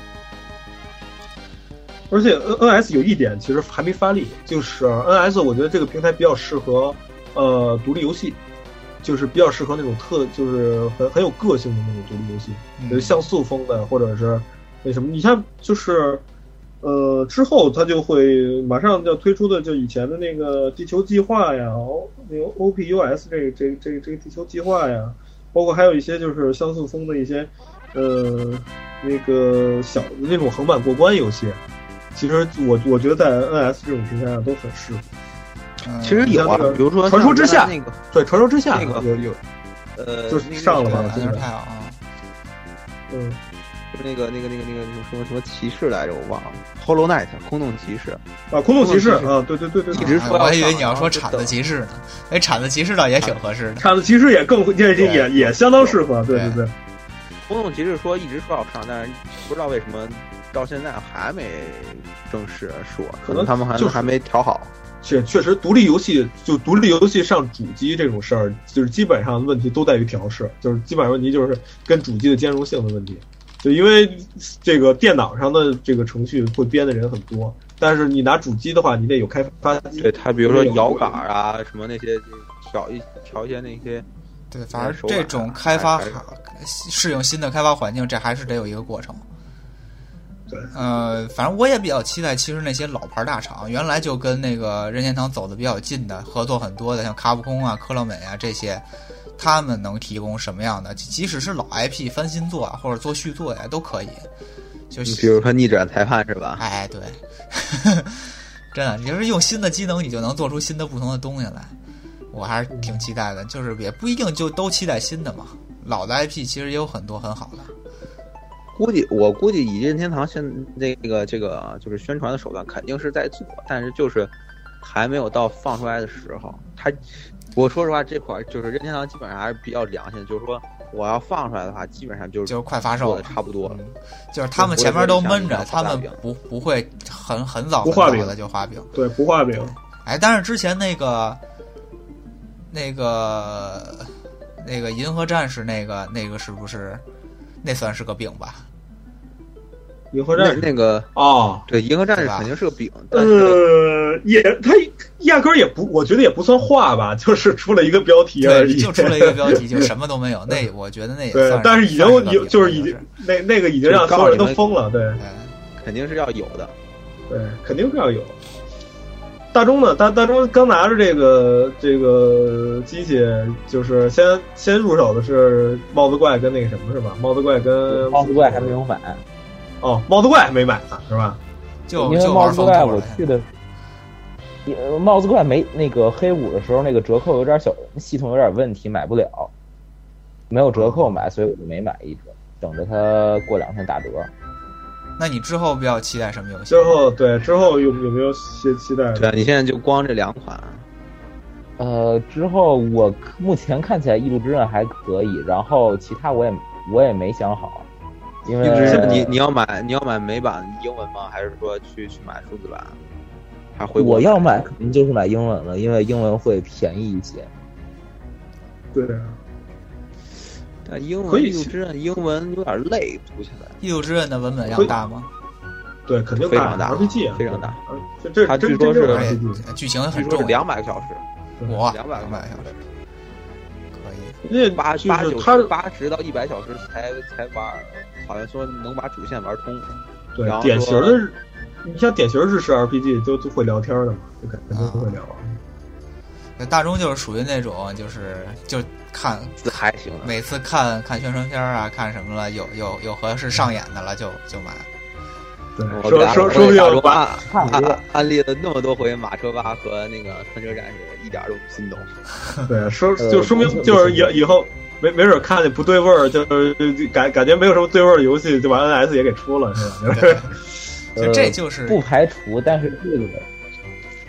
而且 N S 有一点其实还没发力，就是 N S 我觉得这个平台比较适合呃独立游戏，就是比较适合那种特就是很很有个性的那种独立游戏， 嗯、 就是像素风的或者是那什么。你看就是呃之后它就会马上要推出的，就以前的那个地球计划呀，那个 O P U S 这个这个这个这个地球计划呀，包括还有一些就是像素风的一些呃那个小的那种横版过关游戏。其实我我觉得在 N S 这种平台上都很适合。 嗯、 其实有啊，比如说传说之下那个， 对，传说之下那个有有， 呃， 就是上了吧， 那个太好啊。 嗯， 就是那个那个那个那个什么什么骑士来着，我忘了 ，Hollow Knight 空洞骑士啊，空洞骑士啊，对对对对， 一直说、 啊，我还以为你要说铲子骑士呢，哎，铲子骑士倒也挺合适的， 铲子骑士也更也也也也相当适合，对对对。 空洞骑士说一直说要上，但是不知道为什么。到现在还没正式说，可能他们还、就是、还没调好。 确确实，独立游戏就独立游戏上主机这种事儿，就是基本上问题都在于调试，就是基本上问题就是跟主机的兼容性的问题。就因为这个电脑上的这个程序会编的人很多，但是你拿主机的话，你得有开发机。 对，它比如说摇杆啊什么那些，调一调一些那些。 对，反正这种开发适应新的开发环境，这还是得有一个过程。 对， 呃，反正我也比较期待，其实那些老牌大厂，原来就跟那个任天堂走的比较近的，合作很多的，像卡普空啊、科乐美啊这些，他们能提供什么样的？即使是老 I P 翻新作啊，或者做续作呀，都可以。就比如说逆转裁判是吧？ 哎，对，真的，你就是用新的机能，你就能做出新的不同的东西来。我还是挺期待的，就是也不一定就都期待新的嘛。老的 I P 其实也有很多很好的。 估计我估计以任天堂现那个这个就是宣传的手段肯定是在做，但是就是还没有到放出来的时候。他我说实话，这块就是任天堂基本上还是比较良心，就是说我要放出来的话，基本上就是就是快发售的差不多了、嗯。 就是他们前面都闷着，他们不不会很很早很早的就画饼， 对，不画饼。 哎，但是之前那个那个那个银河战士那个那个是不是那算是个饼吧？ 银河战士那个哦， 对，银河战士肯定是个饼， 呃，也他压根儿也不，我觉得也不算画吧，就是出了一个标题而已， 就出了一个标题，就什么都没有。那我觉得那也对， 算但是已经有，就是已经那那个已经让所有人都疯了，对， 肯定是要有的， 对，肯定是要有。大中呢，大大中刚拿着这个这个机器，就是先先入手的是帽子怪跟那个什么是吧？帽子怪跟帽子怪还没有买。 哦，帽子怪没买呢，是吧？ 就因为帽子怪我去的，帽子怪没那个黑五的时候，那个折扣有点小，系统有点问题，买不了，没有折扣买，所以我就没买一折，等着它过两天打折。 那你之后比较期待什么游戏？ 之后对之后有有没有些期待？ 对，你现在就光这两款。 呃，之后我目前看起来《异度之刃》还可以，然后其他我也我也没想好。因为你你要买你要买美版英文吗？还是说去去买数字版？还回我要买肯定就是买英文了，因为英文会便宜一些。 对啊。 但英文《异度之刃》英文有点累，读起来。《 异度之刃》的文本量大吗？ 对，肯定非常大 ，R P G 啊， 非常大。 这这它据说是剧情很重，两百个小时。 哇， 两百个小时。 那八八九他八十到一百小时才才玩，好像说能把主线玩通。 对，典型的，你像典型日式 R P G 就就会聊天的嘛，就肯定会聊。 那、啊、大中就是属于那种，就是就看还行， 每次看看宣传片啊，看什么了，有有有合适上眼的了就就买。 对，说说说不定把安安利了那么多回马车吧和那个喷车战士，一点都不心动。 对，说就说明就是以以后没没准看见不对味儿，就是感感觉没有什么对味儿的游戏，就把 N S 也给出了，是吧？ 就这就是不排除，但是这个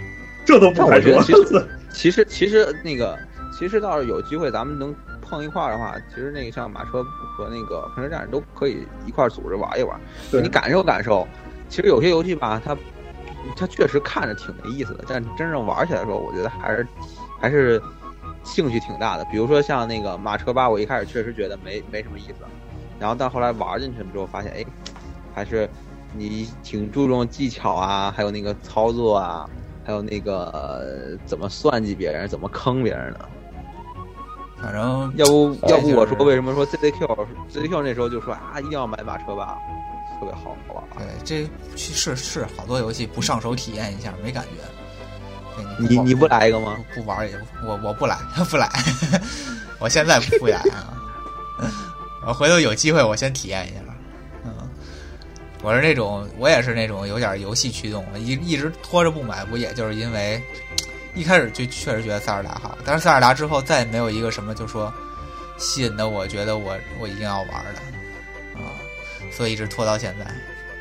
这都不排除。 其实其实其实那个其实倒是有机会咱们能碰一块儿的话，其实那个像马车和那个喷射战士都可以一块儿组织玩一玩，你感受感受。其实有些游戏吧，它它确实看着挺没意思的，但真正玩起来的时候，我觉得还是还是兴趣挺大的。比如说像那个马车吧，我一开始确实觉得没没什么意思，然后到后来玩进去了之后，发现哎，还是你挺注重技巧啊，还有那个操作啊，还有那个、呃、怎么算计别人，怎么坑别人的。 反正要不要不我说为什么说 Z D Q Z D Q 那时候就说啊一定要买马车吧，特别好玩。 对，这是是好多游戏不上手体验一下没感觉。 你你不来一个吗？ 不玩也我我不来不来，我现在不来啊。我回头有机会我先体验一下。嗯，我是那种我也是那种有点游戏驱动，一一直拖着不买，不也就是因为一开始就确实觉得塞尔达好，但是塞尔达之后再也没有一个什么就说吸引的我觉得我我一定要玩的啊、嗯，所以一直拖到现在。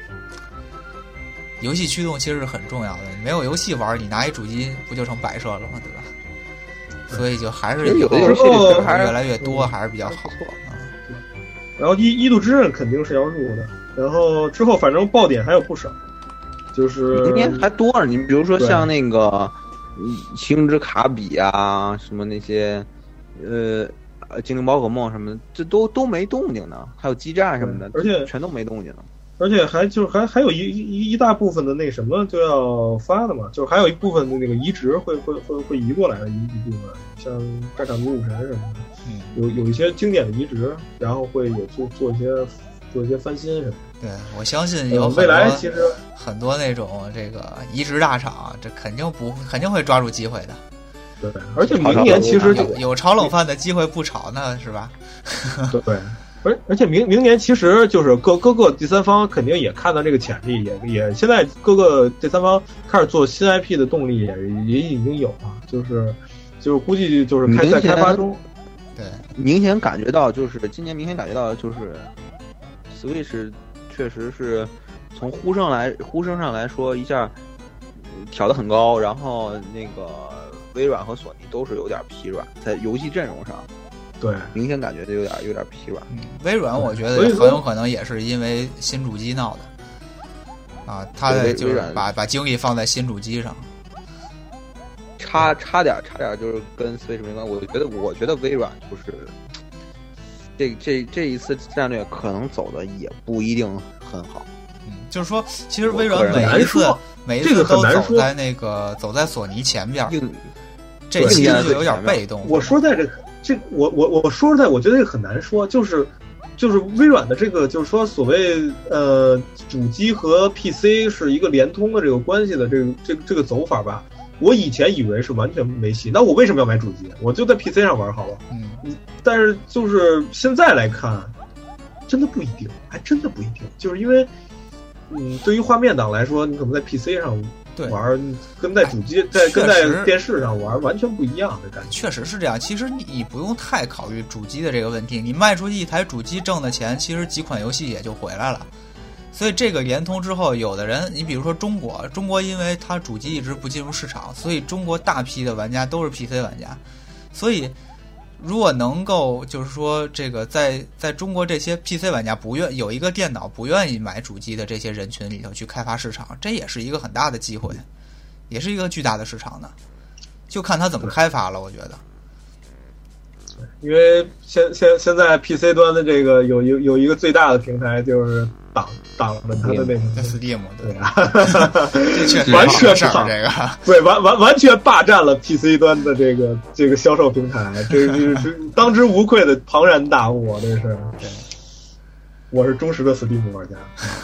游戏驱动其实是很重要的，你没有游戏玩，你拿一主机不就成摆设了吗？对吧？所以就还是有的游戏还是越来越多，还是比较好。 嗯、然后一一度之刃肯定是要入的，然后之后反正爆点还有不少，就是明年还多呢。你比如说像那个星之卡比啊，什么那些呃精灵宝可梦什么的，这都都没动静呢。还有基站什么的， 而且全都没动静呢。 而且还就是还还有一一一大部分的那什么就要发的嘛，就是还有一部分的那个移植会会会会移过来的一一部分，像战场女武神什么的，嗯，有有一些经典的移植，然后会有做做一些做一些翻新什么的。 对，我相信有很多、 呃、未来其实很多那种这个移植大厂，这肯定不肯定会抓住机会的。 对，而且明年其实有有炒冷饭的机会不炒呢，是吧？ 对。而而且明明年其实就是各各个第三方肯定也看到这个潜力，也也现在各个第三方开始做新 I P 的动力也也已经有了，就是就是估计就是开在开发中。 对， 明显感觉到就是今年明显感觉到就是 Switch 确实是从呼声来呼声上来说一下调得很高，然后那个微软和索尼都是有点疲软在游戏阵容上。 对， 明显感觉就有点有点疲软。 嗯，微软我觉得很有可能也是因为新主机闹的，啊，他就是把把精力放在新主机上， 差差点差点就是跟 Switch 没关系。我觉得我觉得微软就是这这这一次战略可能走的也不一定很好。 嗯，就是说，其实微软每一次每一次都走在那个走在索尼前边，这其实就有点被动。 我说在这个。这我我我说实在，我觉得这个很难说，就是就是微软的这个就是说所谓呃主机和 P C 是一个联通的这个关系的这个这个这个走法吧，我以前以为是完全没戏，那我为什么要买主机？我就在 P C 上玩好了。嗯，但是就是现在来看，真的不一定，还真的不一定，就是因为嗯，对于画面党来说，你可能在 P C 上。玩跟在主机在跟在电视上玩完全不一样的感觉， 确实是这样。其实你不用太考虑主机的这个问题，你卖出去一台主机挣的钱，其实几款游戏也就回来了。所以这个联通之后，有的人，你比如说中国，中国因为它主机一直不进入市场，所以中国大批的玩家都是 P C 玩家。所以如果能够就是说这个在在中国这些 P C 玩家不愿有一个电脑不愿意买主机的这些人群里头去开发市场，这也是一个很大的机会，也是一个巨大的市场呢，就看他怎么开发了。我觉得， 因为现现现在 P C 端的这个有有有一个最大的平台就是挡挡着它的那个 Steam， 对啊， 这确实完全是这个， 对，完完完全霸占了 P C 端的这个这个销售平台，这是当之无愧的庞然大物，这是。我是忠实的 Steam 玩家。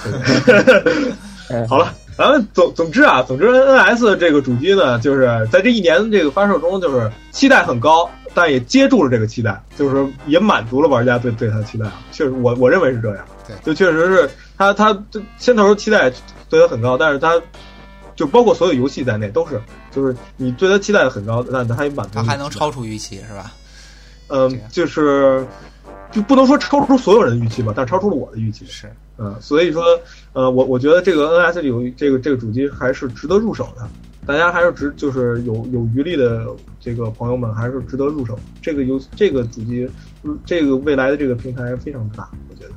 好了，咱们总总之啊，总之 N S 这个主机呢，就是在这一年这个发售中，就是期待很高，但也接住了这个期待，就是也满足了玩家对对它的期待。确实，我我认为是这样。 对， 就确实是他他先头期待对它很高，但是他就包括所有游戏在内都是，就是你对它期待很高，但它也满足， 它还能超出预期，是吧？ 嗯，就是就不能说超出所有人的预期吧，但是超出了我的预期。 是， 嗯，所以说，呃，我我觉得这个 N S 有这个这个主机还是值得入手的。 大家还是值就是有有余力的这个朋友们还是值得入手。这个游这个主机，这个未来的这个平台非常大，我觉得。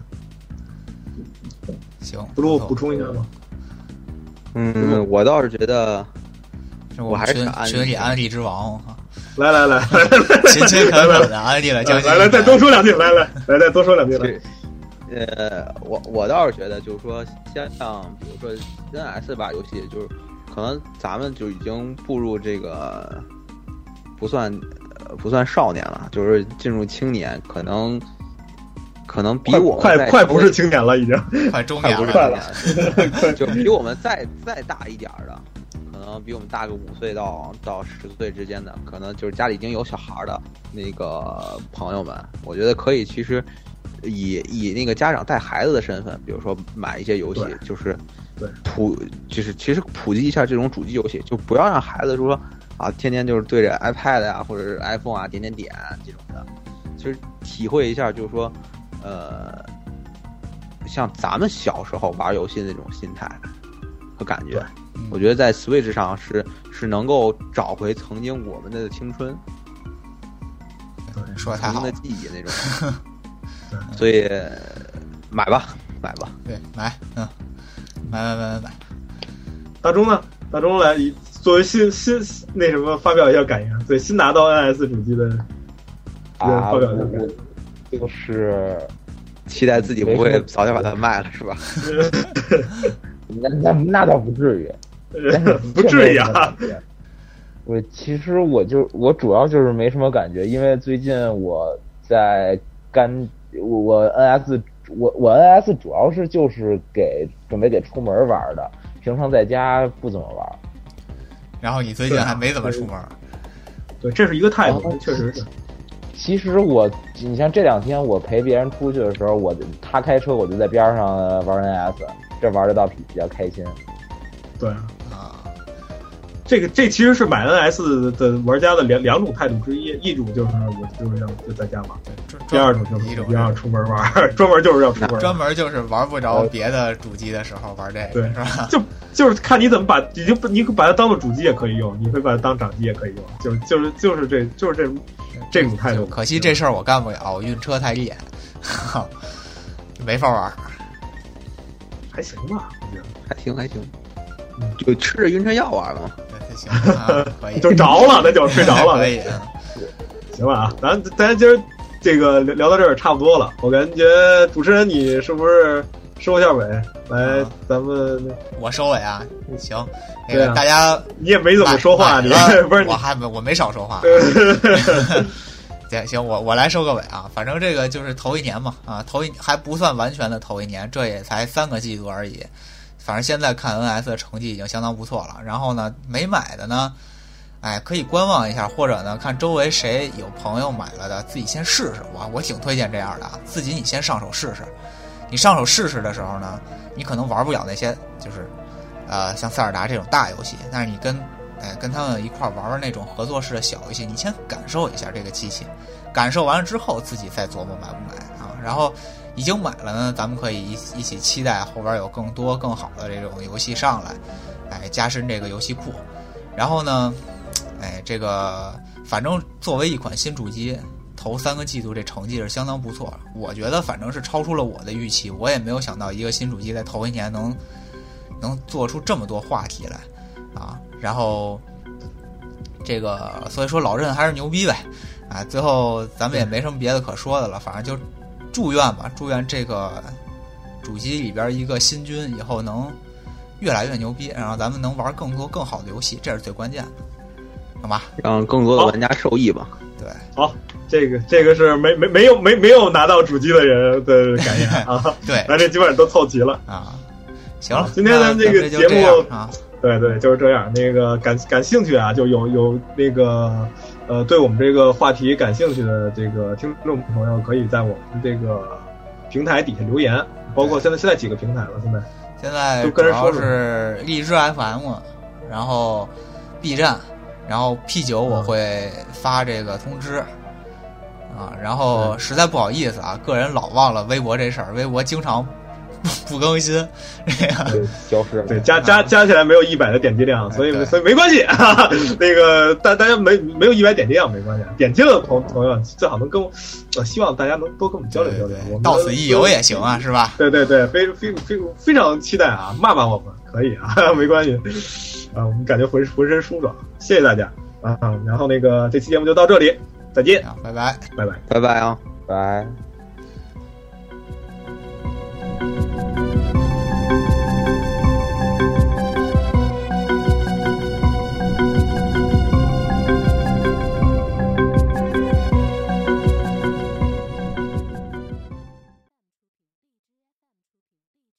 行， 不如我补充一下吧。 嗯，我倒是觉得， 我还是群群里安利之王哈。 来来来来来， 勤勤恳恳的安利了将近。 来来，再多说两句，来来来再多说两句来。 呃，我我倒是觉得，就是说，像像比如说 N S 吧游戏，就是可能咱们就已经步入这个不算呃不算少年了，就是进入青年，可能可能比我们快快不是青年了，已经快中年了， 快了， 就比我们再再大一点的，可能比我们大个五岁到到十岁之间的，可能就是家里已经有小孩的那个朋友们，我觉得可以其实。以以那个家长带孩子的身份，比如说买一些游戏，就是普就是其实普及一下这种主机游戏，就不要让孩子说啊天天就是对着 iPad 啊或者是 iPhone 啊点点点这种的，其实体会一下就是说呃像咱们小时候玩游戏的那种心态和感觉，我觉得在 Switch 上是是能够找回曾经我们的青春， 对，说的太好的记忆那种。所以买吧，买吧， 对，买，嗯，买买买买买。 大钟呢？大钟来作为新新那什么发表一下感言，对新拿到 N S 主机的人啊， 发表一下感言。 就是期待自己不会早点把它卖了，是吧？ 那那那倒不至于，但是不至于啊。 我其实我就我主要就是没什么感觉，因为最近我在干我我 N S 我我 N S 主要是就是给准备给出门玩的，平常在家不怎么玩。 然后你最近还没怎么出门。 对，这是一个态度，确实是。 其实我你像这两天我陪别人出去的时候，我他开车我就在边上玩 N S， 这玩的倒比较开心。 对啊。这个这其实是买 N S 的玩家的两两种态度之一，一种就是我就是要就在家玩，第二种就是一要出门玩，专门就是要出门， 专门就是玩不着别的主机的时候玩这个， 对， 是吧？ 就就是看你怎么把，你就你把它当做主机也可以用，你会把它当掌机也可以用，就就是就是这就是这这种态度。 可惜这事儿我干不了，我晕车太厉害，没法玩。 还行吧，我觉得还行还行，就吃着晕车药玩嘛。 行啊，可以， 就着了，那就睡着了。 可以， 行吧啊，咱咱今儿这个聊到这儿差不多了。我感觉主持人你是不是收一下尾？来，啊、咱们我收尾啊，行，那个、啊、大家你也没怎么说话，你不是我还没我没少说话、啊。行行，我我来收个尾啊，反正这个就是头一年嘛啊，头一还不算完全的头一年，这也才三个季度而已。反正现在看 N S 的成绩已经相当不错了，然后呢，没买的呢，哎，可以观望一下，或者呢，看周围谁有朋友买了的，自己先试试。我我挺推荐这样的啊，自己你先上手试试。你上手试试的时候呢，你可能玩不了那些就是呃像塞尔达这种大游戏，但是你跟哎跟他们一块玩玩那种合作式的小游戏，你先感受一下这个机器，感受完了之后自己再琢磨买不买啊，然后。已经买了呢，咱们可以一一起期待后边有更多更好的这种游戏上来，哎，加深这个游戏库。然后呢，哎，这个反正作为一款新主机，头三个季度这成绩是相当不错，我觉得反正是超出了我的预期。我也没有想到一个新主机在头一年能能做出这么多话题来啊。然后这个所以说老任还是牛逼呗，啊，最后咱们也没什么别的可说的了，反正就。祝愿吧，祝愿这个主机里边一个新军以后能越来越牛逼，然后咱们能玩更多更好的游戏，这是最关键的，好吧？ 让更多的玩家受益吧。 对， 好，这个这个是没没没有没没有拿到主机的人的感言啊。 对， 咱这基本上都凑齐了啊。行了， 今天咱这个节目啊， 对对，就是这样。那个感感兴趣啊，就有有那个。呃，对我们这个话题感兴趣的这个听众朋友，可以在我们这个平台底下留言，包括现在现在几个平台了，现在现在主要是荔枝 F M， 然后 B 站，然后 P 九我会发这个通知、嗯、啊，然后实在不好意思啊，个人老忘了微博这事儿，微博经常不更新，这个消失了。 对，加加加起来没有一百的点击量，所以所以没关系啊。那个大大家没没有一百点击量没关系，点击了朋朋友最好能跟我，呃，希望大家能多跟我们交流交流。我们到此一游也行啊，是吧？ 对对对，非非非非常期待啊，骂骂我们可以啊，没关系啊，我们感觉浑浑身舒爽，谢谢大家啊。然后那个这期节目就到这里，再见， 拜拜， 拜拜， 拜拜啊， 拜。